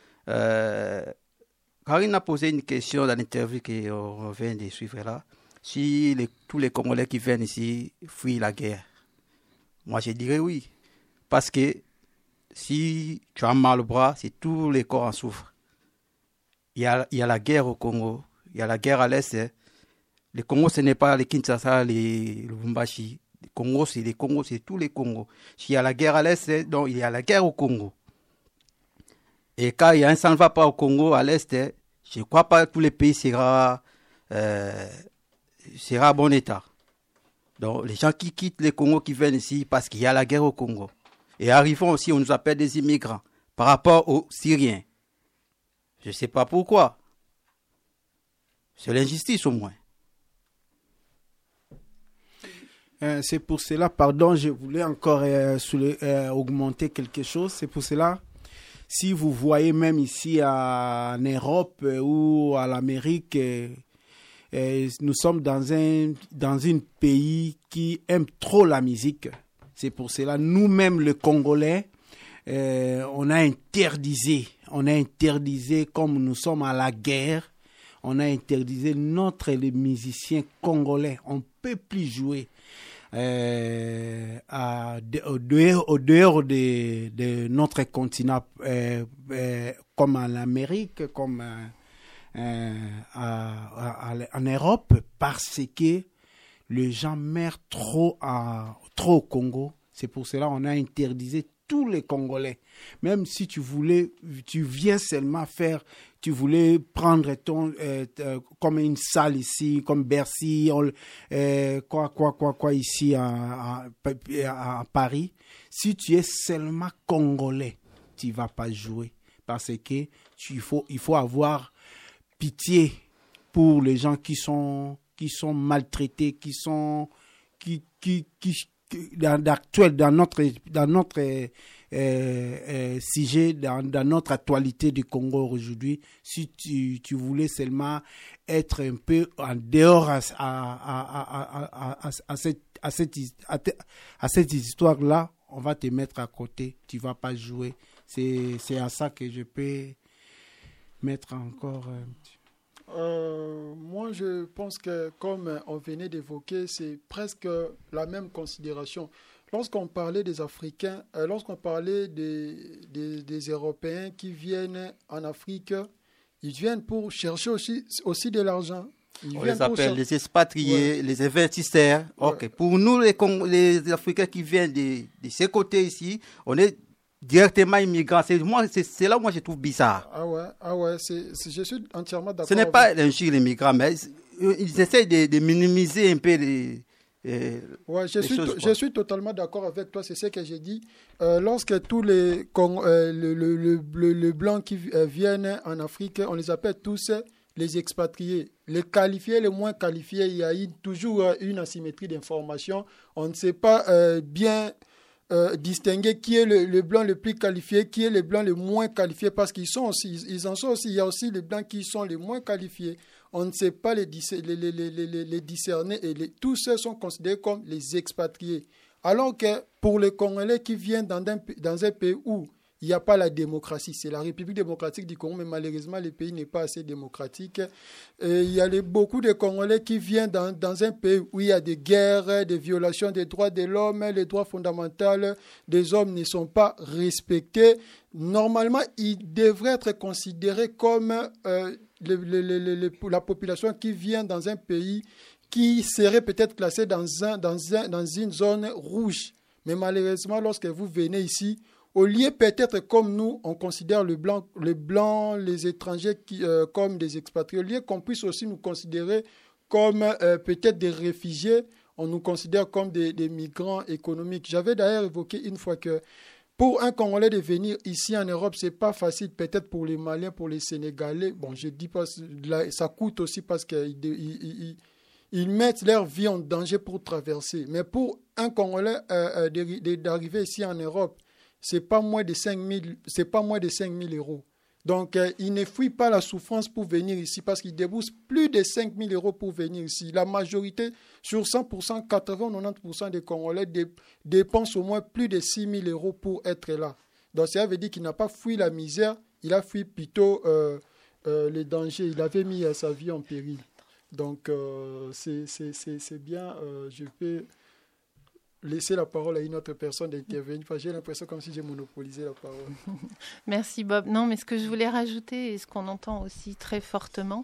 S5: Karine a posé une question dans l'interview qu'on vient de suivre là. Si tous les Congolais qui viennent ici fuient la guerre, moi je dirais oui. Parce que si tu as mal au bras, c'est tous les corps en souffrent. Il y a la guerre au Congo, il y a la guerre à l'Est. Le Congo, ce n'est pas les Kinshasa, les Lubumbashi. Le Congo, c'est tous les Congos. S'il y a la guerre à l'Est, donc il y a la guerre au Congo. Et quand il y a ça ne va pas au Congo, à l'Est, je ne crois pas que tous les pays sera à bon état. Donc les gens qui quittent le Congo, qui viennent ici, parce qu'il y a la guerre au Congo. Et arrivons aussi, on nous appelle des immigrants par rapport aux Syriens. Je ne sais pas pourquoi. C'est l'injustice au moins.
S1: C'est pour cela, pardon, je voulais encore augmenter quelque chose. C'est pour cela, si vous voyez même ici en Europe ou à l'Amérique, nous sommes dans un pays qui aime trop la musique. C'est pour cela, nous-mêmes, les Congolais, on a interdisé, comme nous sommes à la guerre, on a interdisé les musiciens congolais. On ne peut plus jouer. Au dehors de notre continent, comme en Amérique, comme en Europe, parce que les gens meurent trop au Congo. C'est pour cela qu'on a interdisé tous les Congolais. Même si tu viens seulement tu voulais prendre comme une salle ici, comme Bercy, ici à Paris. Si tu es seulement Congolais, tu ne vas pas jouer. Parce que il faut avoir pitié pour les gens qui sont maltraités, dans notre sujet, dans notre actualité du Congo aujourd'hui. Si tu voulais seulement être un peu en dehors à cette histoire-là, on va te mettre à côté, tu ne vas pas jouer. C'est à ça que je peux mettre encore un petit...
S3: Moi, je pense que, comme on venait d'évoquer, c'est presque la même considération. lorsqu'on parlait des Africains, lorsqu'on parlait des Européens qui viennent en Afrique, ils viennent pour chercher aussi de l'argent.
S5: On les appelle les expatriés, les investisseurs. Ouais. Okay. Pour nous, les Africains qui viennent de ces côtés ici, on est directement immigrants. C'est là où moi je trouve bizarre.
S3: Ah ouais, je suis entièrement d'accord.
S5: Ce n'est pas l'injure les migrants, mais ils essayent de minimiser un peu les
S3: je suis totalement d'accord avec toi, c'est ce que j'ai dit. Lorsque tous les blancs qui viennent en Afrique, on les appelle tous les expatriés. Les qualifiés, les moins qualifiés, il y a toujours une asymétrie d'information. On ne sait pas bien distinguer qui est le blanc le plus qualifié, qui est le blanc le moins qualifié, parce qu'ils en sont aussi. Il y a aussi les blancs qui sont les moins qualifiés. On ne sait pas les discerner et tous ceux sont considérés comme les expatriés. Alors que pour les Congolais qui viennent dans un pays où il n'y a pas la démocratie, c'est la République démocratique du Congo, mais malheureusement le pays n'est pas assez démocratique. Et il y a beaucoup de Congolais qui viennent dans un pays où il y a des guerres, des violations des droits de l'homme, les droits fondamentaux des hommes ne sont pas respectés. Normalement, ils devraient être considérés comme la population qui vient dans un pays qui serait peut-être classée dans une zone rouge. Mais malheureusement, lorsque vous venez ici, au lieu peut-être comme nous, on considère les blancs, les étrangers comme des expatriés, au lieu qu'on puisse aussi nous considérer comme peut-être des réfugiés, on nous considère comme des migrants économiques. J'avais d'ailleurs évoqué une fois que pour un Congolais de venir ici en Europe, c'est pas facile, peut-être pour les Maliens, pour les Sénégalais. Bon, je dis pas, ça coûte aussi parce qu'ils mettent leur vie en danger pour traverser. Mais pour un Congolais d'arriver ici en Europe, c'est pas moins de 5 000 euros. Donc, ils ne fuient pas la souffrance pour venir ici parce qu'ils déboursent plus de 5 000 euros pour venir ici. La majorité, sur 100%, 80-90% des Congolais dépensent au moins plus de 6 000 euros pour être là. Donc, ça veut dire qu'il n'a pas fui la misère, il a fui plutôt les dangers. Il avait mis sa vie en péril. Donc, c'est bien. Je peux laisser la parole à une autre personne d'intervenir. J'ai l'impression comme si j'ai monopolisé la parole.
S7: Merci Bob. Non, mais ce que je voulais rajouter et ce qu'on entend aussi très fortement,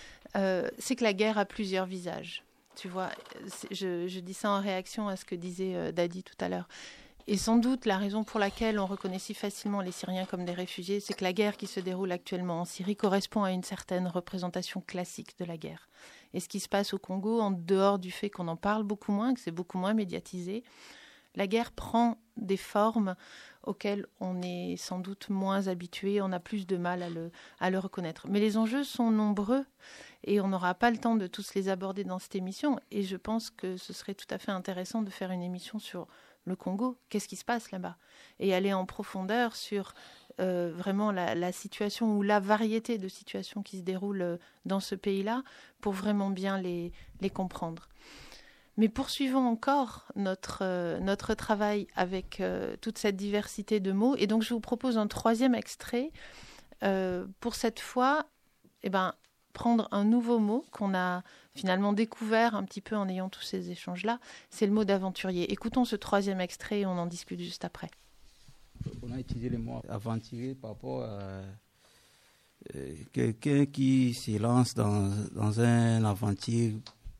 S7: c'est que la guerre a plusieurs visages. Tu vois, je dis ça en réaction à ce que disait Dadi tout à l'heure. Et sans doute, la raison pour laquelle on reconnaît si facilement les Syriens comme des réfugiés, c'est que la guerre qui se déroule actuellement en Syrie correspond à une certaine représentation classique de la guerre. Et ce qui se passe au Congo, en dehors du fait qu'on en parle beaucoup moins, que c'est beaucoup moins médiatisé, la guerre prend des formes auxquelles on est sans doute moins habitué, on a plus de mal à le reconnaître. Mais les enjeux sont nombreux et on n'aura pas le temps de tous les aborder dans cette émission. Et je pense que ce serait tout à fait intéressant de faire une émission sur le Congo, qu'est-ce qui se passe là-bas, et aller en profondeur sur vraiment la situation ou la variété de situations qui se déroulent dans ce pays-là pour vraiment bien les comprendre. Mais poursuivons encore notre travail avec toute cette diversité de mots. Et donc, je vous propose un troisième extrait. Pour cette fois, prendre un nouveau mot qu'on a finalement découvert un petit peu en ayant tous ces échanges-là. C'est le mot d'aventurier. Écoutons ce troisième extrait et on en discute juste après.
S5: On a utilisé le mot aventurier par rapport à quelqu'un qui se lance dans un aventure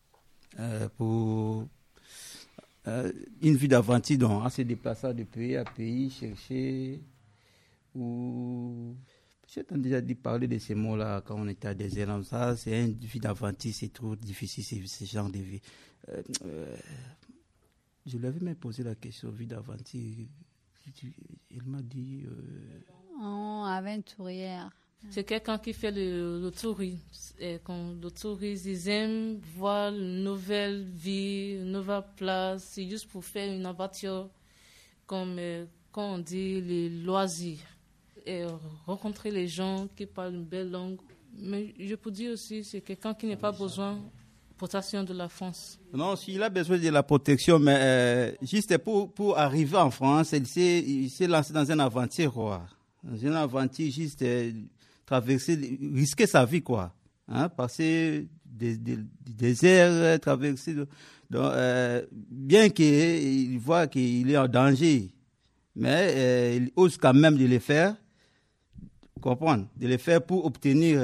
S5: pour une vie d'aventure, donc en se déplaçant de pays à pays, chercher ou... J'ai déjà dit parler de ces mots-là quand on était à des élèves. Ça, c'est une vie d'aventure, c'est trop difficile, ce genre de vie. Je lui avais même posé la question, vie d'aventure. Il m'a dit...
S6: aventurière.
S15: C'est quelqu'un qui fait le tourisme. Et quand le tourisme, ils aiment voir une nouvelle vie, une nouvelle place. C'est juste pour faire une aventure, comme quand on dit les loisirs. Et rencontrer les gens qui parlent une belle langue. Mais je peux dire aussi, c'est quelqu'un qui n'a pas besoin de protection de la France.
S5: Non, s'il a besoin de la protection, mais juste pour arriver en France, il s'est lancé dans une aventure, quoi. Dans une aventure, juste traverser, risquer sa vie, quoi. Passer désert, traverser. Donc, bien qu'il voit qu'il est en danger, mais il ose quand même de les faire, comprendre, de les faire pour obtenir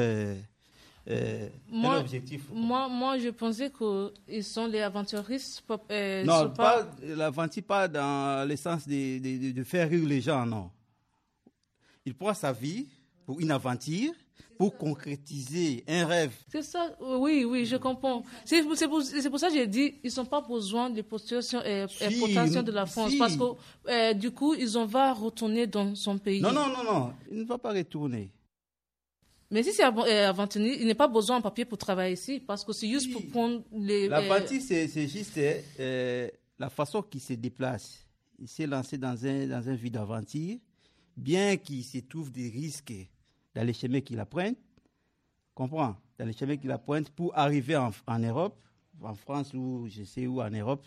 S5: un objectif.
S15: Moi, je pensais qu'ils sont les aventuristes.
S5: Non, pas l'aventure, pas dans le sens de faire rire les gens, non. Il prend sa vie pour une aventure, pour concrétiser un rêve.
S15: C'est ça, oui, je comprends. C'est pour ça que j'ai dit ils n'ont pas besoin de protection de la France. Parce que du coup, ils vont retourner dans son pays.
S5: Non, il ne va pas retourner.
S15: Mais si c'est aventurier, il n'est pas besoin de papier pour travailler ici, parce que c'est juste pour prendre les...
S5: L'aventure, c'est juste la façon qu'il se déplace. Il s'est lancé dans un vie d'aventure, bien qu'il se trouve des risques dans les chemins qu'il apprenne, comprends, dans les chemins qu'il apprenne pour arriver en Europe, en France ou je sais où en Europe,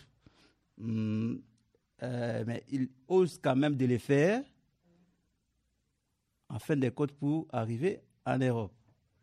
S5: mais il ose quand même de les faire, en fin de compte, pour arriver en Europe.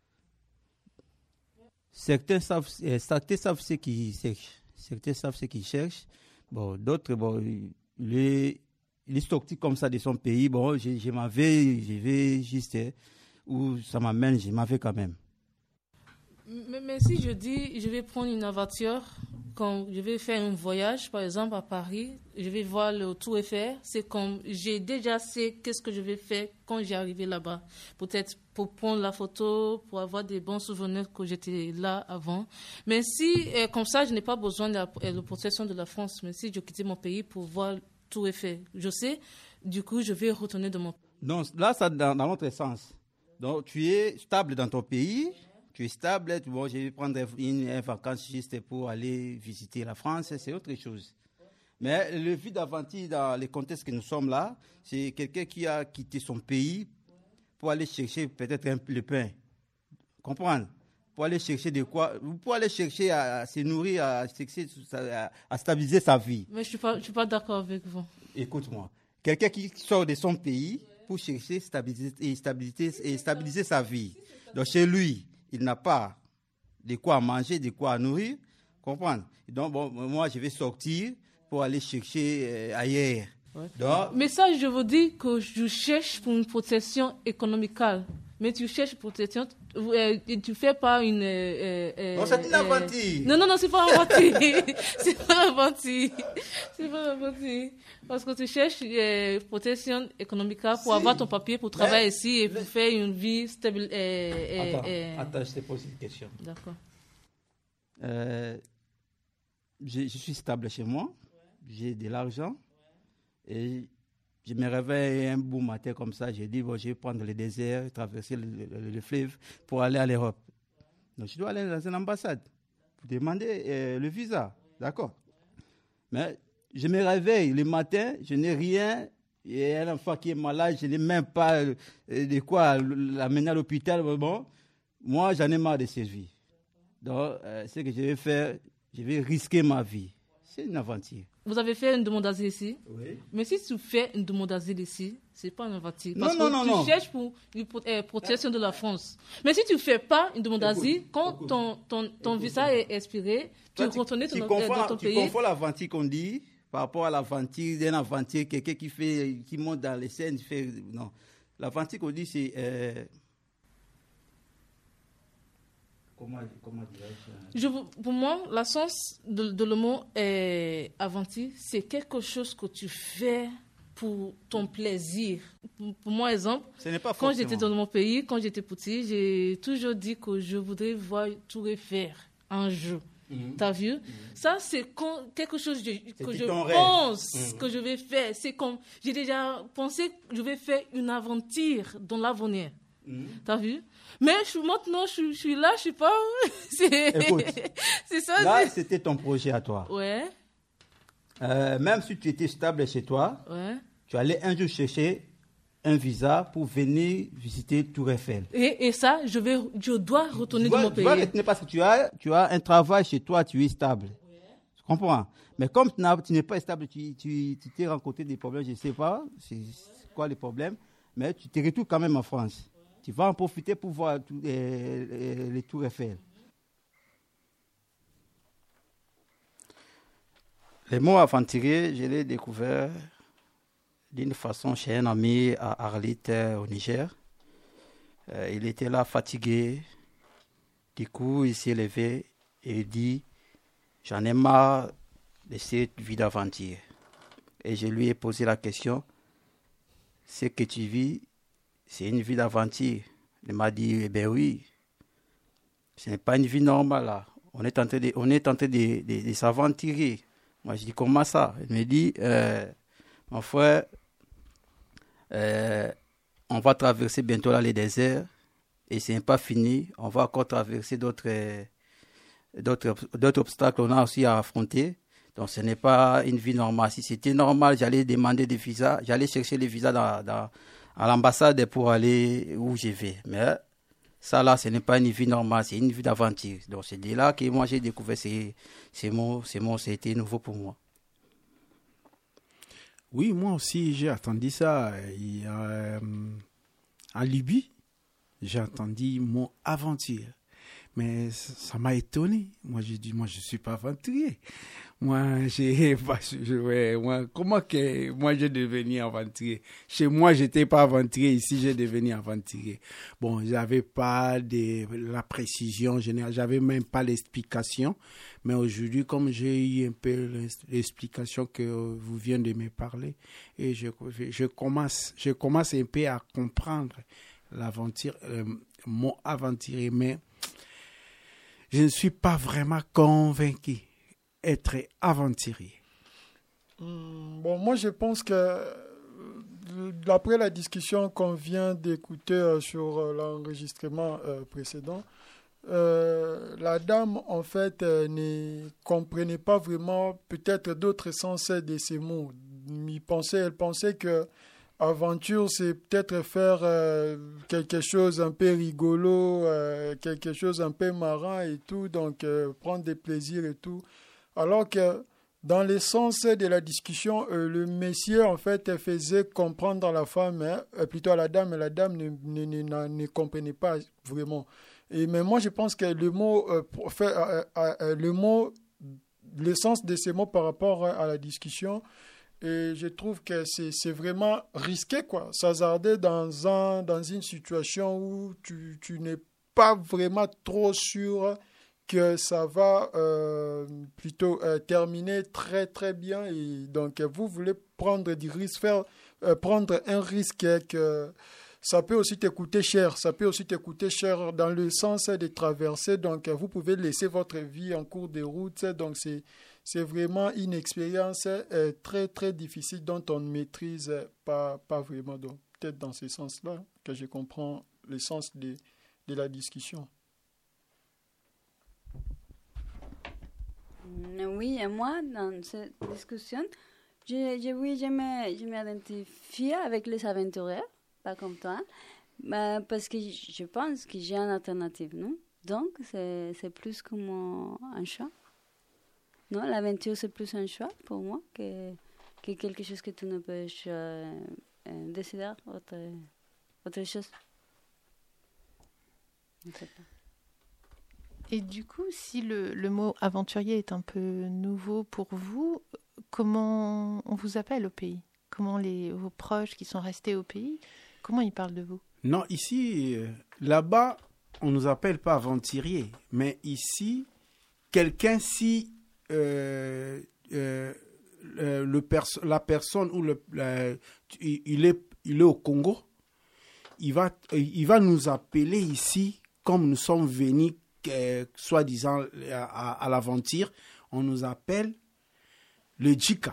S5: Certains savent ce qu'ils cherchent. Certains savent ce qu'ils cherchent. Bon, d'autres, il est sorti comme ça de son pays. Bon, je vais juste où ça m'amène, je m'en vais quand même.
S15: Mais si je dis, je vais prendre une aventure, quand je vais faire un voyage, par exemple à Paris, je vais voir le Tour Eiffel, c'est comme j'ai déjà sais qu'est-ce que je vais faire quand j'ai arrivé là-bas. Peut-être pour prendre la photo, pour avoir des bons souvenirs que j'étais là avant. Mais si, comme ça, je n'ai pas besoin de la protection de la France, mais si je quittais mon pays pour voir le Tour Eiffel, je sais, du coup, je vais retourner dans mon pays.
S5: Non, là, ça dans l'autre sens. Donc, tu es stable dans ton pays. Tu es stable, je vais prendre une vacance juste pour aller visiter la France, c'est autre chose. Mais le vie d'aventure dans le contexte que nous sommes là, c'est quelqu'un qui a quitté son pays pour aller chercher peut-être le pain. Comprendre? Pour aller chercher de quoi? Pour aller chercher à se nourrir, à stabiliser sa vie.
S15: Mais je suis pas d'accord avec vous.
S5: Écoute-moi. Quelqu'un qui sort de son pays pour chercher stabiliser sa vie. Donc chez lui, il n'a pas de quoi manger, de quoi nourrir, comprendre. Donc, moi, je vais sortir pour aller chercher ailleurs.
S15: Ouais. Donc, mais ça, je vous dis que je cherche pour une protection économique. Mais tu cherches protection, tu fais pas une...
S5: non, c'est une aventure.
S15: Non, c'est pas une aventure. C'est pas une aventure. C'est pas une aventure. Parce que tu cherches protection économique pour avoir ton papier, pour travailler ici et pour faire une vie stable.
S5: Attends, je te pose une question.
S15: D'accord.
S5: Je suis stable chez moi, j'ai de l'argent et je me réveille un beau matin comme ça, j'ai dit, je vais prendre le désert, traverser le fleuve pour aller à l'Europe. Donc je dois aller dans une ambassade pour demander le visa, d'accord. Mais je me réveille le matin, je n'ai rien, il y a un enfant qui est malade, je n'ai même pas de quoi l'amener à l'hôpital. Bon, moi j'en ai marre de cette vie. Donc ce que je vais faire, je vais risquer ma vie. C'est une aventure.
S15: Vous avez fait une demande d'asile ici?
S5: Oui.
S15: Mais si tu fais une demande d'asile ici, c'est pas une aventure. Parce
S5: non.
S15: Tu cherches pour une protection de la France. Mais si tu ne fais pas une demande d'asile, quand ton visa est expiré, tu retournes dans ton pays.
S5: Tu confonds l'aventure qu'on dit par rapport à l'aventure d'un aventure, quelqu'un qui monte dans les scènes. Non. L'aventure qu'on dit, c'est... Comment dirais-je?
S15: Pour moi, la sens de le mot aventure, c'est quelque chose que tu fais pour ton plaisir. Pour moi, exemple,
S5: ce n'est pas
S15: quand j'étais dans mon pays, quand j'étais petit, j'ai toujours dit que je voudrais voir tout refaire un jeu. T'as vu? Ça, c'est quelque chose que je pense que je vais faire. C'est comme, j'ai déjà pensé que je vais faire une aventure dans l'avenir. T'as vu? Mais maintenant, je suis là, je sais pas.
S5: Écoute,
S15: c'est ça.
S5: Là, c'était ton projet à toi.
S15: Ouais.
S5: Même si tu étais stable chez toi, tu allais un jour chercher un visa pour venir visiter Tour Eiffel.
S15: Et ça, je dois retourner dans mon pays.
S5: Tu dois retourner parce que tu as un travail chez toi, tu es stable. Tu comprends? Mais comme tu n'es pas stable, tu t'es rencontré des problèmes, je ne sais pas c'est quoi les problèmes, mais tu te retrouves quand même en France. Tu vas en profiter pour voir les Tours Eiffel. Les mots aventuriers, je l'ai découvert d'une façon chez un ami à Arlit, au Niger. Il était là fatigué. Du coup, il s'est levé et il dit « J'en ai marre de cette vie d'aventure. » Et je lui ai posé la question « Ce que tu vis, c'est une vie d'aventure ?» Il m'a dit « Eh bien oui, ce n'est pas une vie normale là. On est tenté de s'aventurer. » Moi, je dis, comment ça? Il me dit, mon frère, on va traverser bientôt là les déserts et ce n'est pas fini. On va encore traverser d'autres obstacles qu'on a aussi à affronter. Donc, ce n'est pas une vie normale. Si c'était normal, j'allais demander des visas, j'allais chercher les visas à l'ambassade pour aller où je vais. Mais ça là, ce n'est pas une vie normale, c'est une vie d'aventure. Donc c'est de là que moi j'ai découvert ces mots, c'était nouveau pour moi.
S1: Oui, moi aussi j'ai entendu ça. En Libye, j'ai entendu le mot aventure. Mais ça m'a étonné. Moi j'ai dit, moi je ne suis pas aventurier. Comment que moi j'ai devenu aventurier? Chez moi, j'étais pas aventurier. Ici, j'ai devenu aventurier. Bon, j'avais pas la précision générale. J'avais même pas l'explication. Mais aujourd'hui, comme j'ai eu un peu l'explication que vous venez de me parler, et je commence un peu à comprendre l'aventure, mon aventurier. Mais je ne suis pas vraiment convaincu être aventurier.
S3: Bon, moi je pense que d'après la discussion qu'on vient d'écouter sur l'enregistrement précédent, la dame en fait ne comprenait pas vraiment peut-être d'autres sens de ces mots. Elle pensait que aventure, c'est peut-être faire quelque chose un peu rigolo, quelque chose un peu marrant et tout, donc prendre des plaisirs et tout. Alors que dans le sens de la discussion, le monsieur en fait faisait comprendre à la femme, plutôt à la dame, et la dame ne comprenait pas vraiment. Mais moi je pense que le sens de ces mots par rapport à la discussion, et je trouve que c'est vraiment risqué, quoi. S'hasarder dans une situation où tu n'es pas vraiment trop sûr que ça va plutôt terminer très très bien, et donc vous voulez prendre du risque, prendre un risque que ça peut aussi te coûter cher, dans le sens de traverser, donc vous pouvez laisser votre vie en cours de route, donc c'est vraiment une expérience très très difficile dont on ne maîtrise pas vraiment, donc peut-être dans ce sens-là que je comprends le sens de la discussion.
S6: Oui, et moi, dans cette discussion, je m'identifie avec les aventuriers, pas comme toi, parce que je pense que j'ai une alternative, non? Donc, c'est plus comme un choix. Non, l'aventure, c'est plus un choix pour moi que quelque chose que tu ne peux décider autre chose. Je ne sais pas.
S7: Et du coup, si le mot aventurier est un peu nouveau pour vous, comment on vous appelle au pays? Comment vos proches qui sont restés au pays, comment ils parlent de vous?
S1: Non, ici, là-bas, on ne nous appelle pas aventurier. Mais ici, quelqu'un, si la personne ou il est au Congo, il va nous appeler ici, comme nous sommes venus soi-disant à l'aventure, on nous appelle le Djika.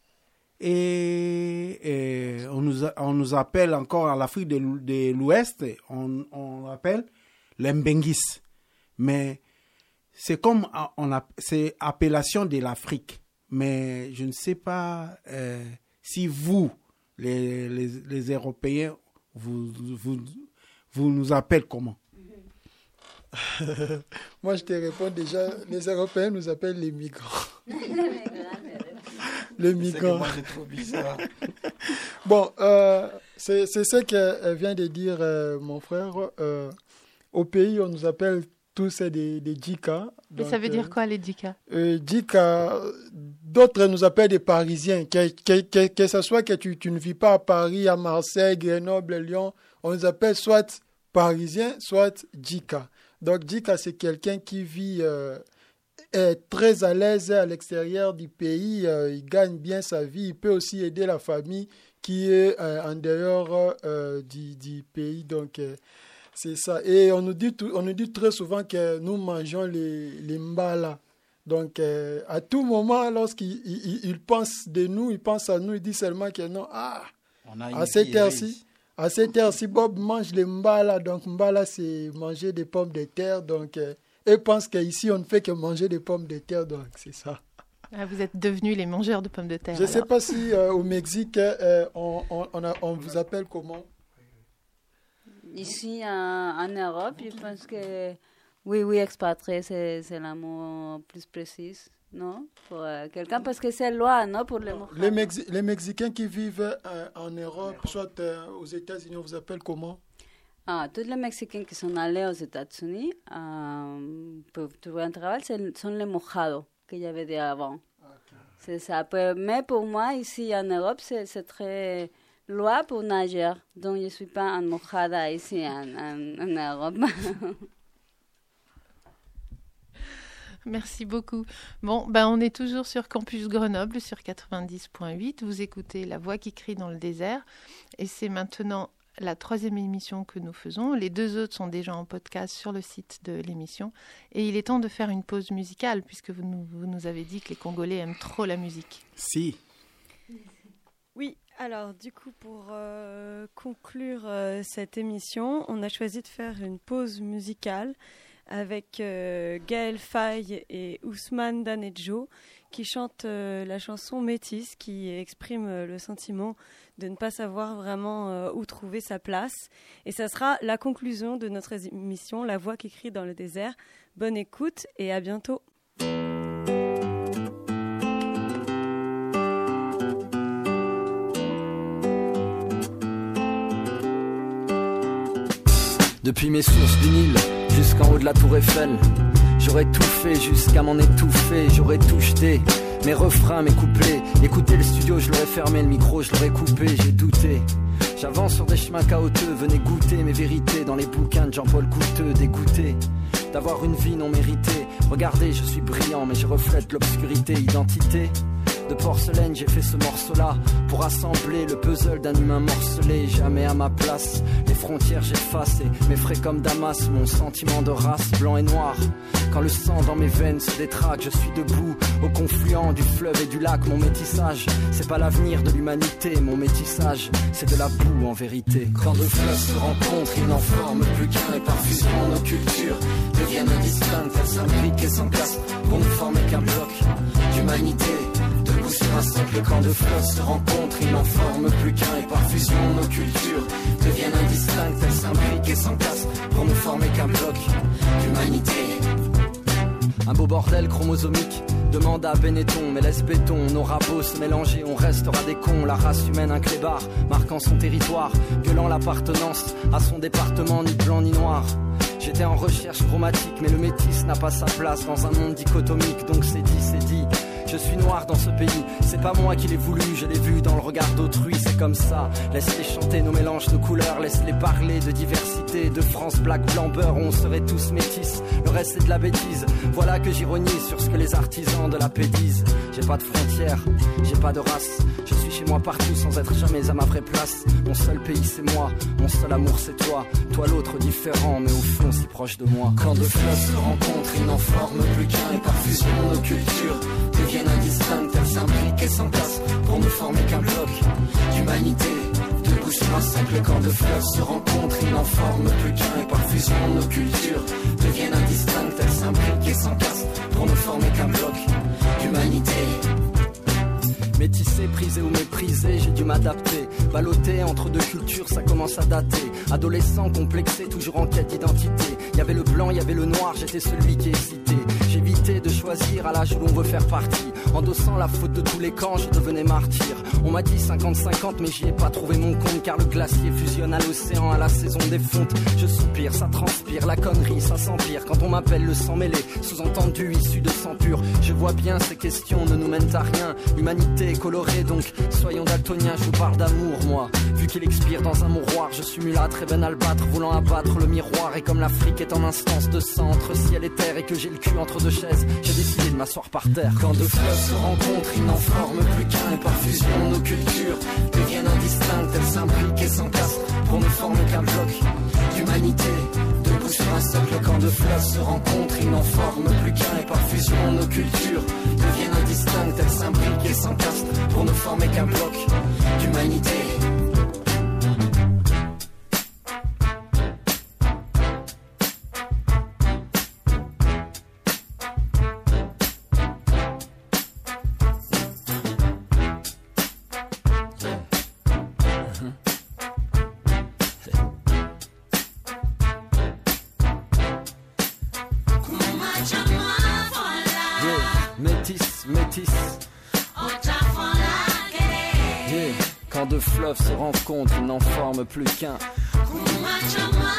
S1: Et on nous appelle encore à l'Afrique de l'Ouest, on appelle l'Mbengis. Mais c'est comme c'est appellation de l'Afrique. Mais je ne sais pas si vous, les Européens, vous nous appelez comment?
S3: Moi, je te réponds déjà, les Européens nous appellent les migrants. Les migrants.
S13: Moi, j'ai trop bizarre.
S3: Bon, c'est ce que vient de dire mon frère. Au pays, on nous appelle tous des Djika.
S7: Mais ça veut dire quoi, les Djika?
S3: Djika, d'autres nous appellent des Parisiens. Que ce soit que tu ne vis pas à Paris, à Marseille, Grenoble, Lyon, on nous appelle soit Parisiens, soit Djika. Donc Djika, c'est quelqu'un qui vit, est très à l'aise à l'extérieur du pays, il gagne bien sa vie, il peut aussi aider la famille qui est en dehors du pays. Donc c'est ça. Et on nous dit très souvent que nous mangeons les mbala. Donc, à tout moment, lorsqu'il pense de nous, il pense à nous, il dit seulement que non, à cette heure-ci, Bob mange les mbala. Donc, mbala, c'est manger des pommes de terre. Donc, et pense qu'ici, on ne fait que manger des pommes de terre. Donc, c'est ça.
S7: Ah, vous êtes devenus les mangeurs de pommes de terre.
S3: Je ne sais pas si au Mexique, on vous appelle comment?
S6: Ici, en Europe, je pense que... Oui, expatrié, c'est le mot plus précis, non? Pour quelqu'un, parce que c'est loi, non? Pour les
S3: les Mexicains qui vivent en Europe, soit aux États-Unis, on vous appelle comment?
S6: Tous les Mexicains qui sont allés aux États-Unis pour trouver un travail, sont les mojados que j'avais dit avant. Okay. C'est ça. Mais pour moi, ici en Europe, c'est très loi pour nager. Donc, je ne suis pas en mojada ici en Europe.
S7: Merci beaucoup. Bon, on est toujours sur Campus Grenoble, sur 90.8. Vous écoutez La Voix qui crie dans le désert. Et c'est maintenant la 3e émission que nous faisons. Les 2 autres sont déjà en podcast sur le site de l'émission. Et il est temps de faire une pause musicale, puisque vous nous avez dit que les Congolais aiment trop la musique.
S1: Si.
S16: Oui, alors du coup, pour conclure cette émission, on a choisi de faire une pause musicale avec Gaël Faye et Ousmane Danejo qui chantent la chanson Métis, qui exprime le sentiment de ne pas savoir vraiment où trouver sa place. Et ça sera la conclusion de notre émission La Voix qui crie dans le désert. Bonne écoute et à bientôt.
S17: Depuis mes sources du Nil jusqu'en haut de la tour Eiffel, j'aurais tout fait jusqu'à m'en étouffer. J'aurais tout jeté, mes refrains, mes couplets. Écoutez le studio, je l'aurais fermé, le micro, je l'aurais coupé. J'ai douté, j'avance sur des chemins chaotiques. Venez goûter mes vérités dans les bouquins de Jean-Paul Couteux. Dégoûté d'avoir une vie non méritée. Regardez, je suis brillant mais je reflète l'obscurité. Identité de porcelaine, j'ai fait ce morceau-là pour assembler le puzzle d'un humain morcelé. Jamais à ma place, les frontières j'efface et m'effraie comme Damas mon sentiment de race blanc et noir. Quand le sang dans mes veines se détraque, je suis debout au confluent du fleuve et du lac. Mon métissage, c'est pas l'avenir de l'humanité. Mon métissage, c'est de la boue en vérité. Quand deux fleuves se rencontrent, ils n'en forment plus qu'un. Et par fusion, nos cultures deviennent indistinctes. Elles s'imbriquent et s'encassent pour ne former qu'un bloc d'humanité. Debout sur un socle, quand deux fleuves se rencontrent, ils n'en forment plus qu'un. Et par fusion, nos cultures deviennent indistinctes. Elles s'imbriquent et s'encassent pour ne former qu'un bloc d'humanité. Un beau bordel chromosomique demande à Benetton, mais laisse béton, nos rabots se mélanger, on restera des cons. La race humaine un clébard, marquant son territoire, violant l'appartenance à son département, ni blanc ni noir. J'étais en recherche chromatique, mais le métis n'a pas sa place dans un monde dichotomique. Donc c'est dit, je suis noir dans ce pays. C'est pas moi qui l'ai voulu, je l'ai vu dans le regard d'autrui. C'est comme ça, laisse-les chanter nos mélanges de couleurs. Laisse-les parler de diversité, de France, black, blanc, beurre. On serait tous métis, le reste c'est de la bêtise. Voilà que j'ironise sur ce que les artisans de la paix disent. J'ai pas de frontières, j'ai pas de race. Je suis chez moi partout sans être jamais à ma vraie place. Mon seul pays c'est moi, mon seul amour c'est toi. Toi l'autre différent mais au fond si proche de moi. Quand deux fleuves se rencontrent, ils n'en forment plus qu'un. Et par fusion nos cultures deviennent indistinctes. Elles s'imbriquent et s'entassent pour ne former qu'un bloc d'humanité. Debout sur un socle, quand deux fleuves se rencontrent, ils n'en forment plus qu'un. Et par fusion nos cultures deviennent indistinctes. Elles s'imbriquent et s'entassent pour ne former qu'un bloc d'humanité. Métissé, prisé ou méprisé, j'ai dû m'adapter. Ballotté entre deux cultures, ça commence à dater. Adolescent complexé, toujours en quête d'identité. Y avait le blanc, y avait le noir, j'étais celui qui est cité. J'évitais l'humanité de choisir à l'âge où l'on veut faire partie. Endossant la faute de tous les camps, je devenais martyr. On m'a dit 50-50 mais j'y ai pas trouvé mon compte, car le glacier fusionne à l'océan à la saison des fontes. Je soupire, ça transpire, la connerie ça s'empire. Quand on m'appelle le sang mêlé, sous-entendu issu de sang pur. Je vois bien ces questions ne nous mènent à rien. L'humanité est colorée donc soyons daltoniens. Je vous parle d'amour moi, vu qu'il expire dans un mouroir. Je suis mulâtre et ben albâtre, voulant abattre le miroir. Et comme l'Afrique est en instance de sang entre ciel et terre, et que j'ai le cul entre deux chaises, j'ai décidé de m'asseoir par terre. Quand deux fleuves se rencontrent, ils n'en forment plus qu'un. Et par fusion, nos cultures deviennent indistinctes. Elles s'imbriquent et s'encastrent pour ne former qu'un bloc d'humanité, debout sur un socle. Quand deux fleuves se rencontrent, ils n'en forment plus qu'un. Et par fusion, nos cultures deviennent indistinctes. Elles s'imbriquent et s'encastrent pour ne former qu'un bloc d'humanité. Quand deux fleuves se rencontrent, ils n'en forment plus qu'un.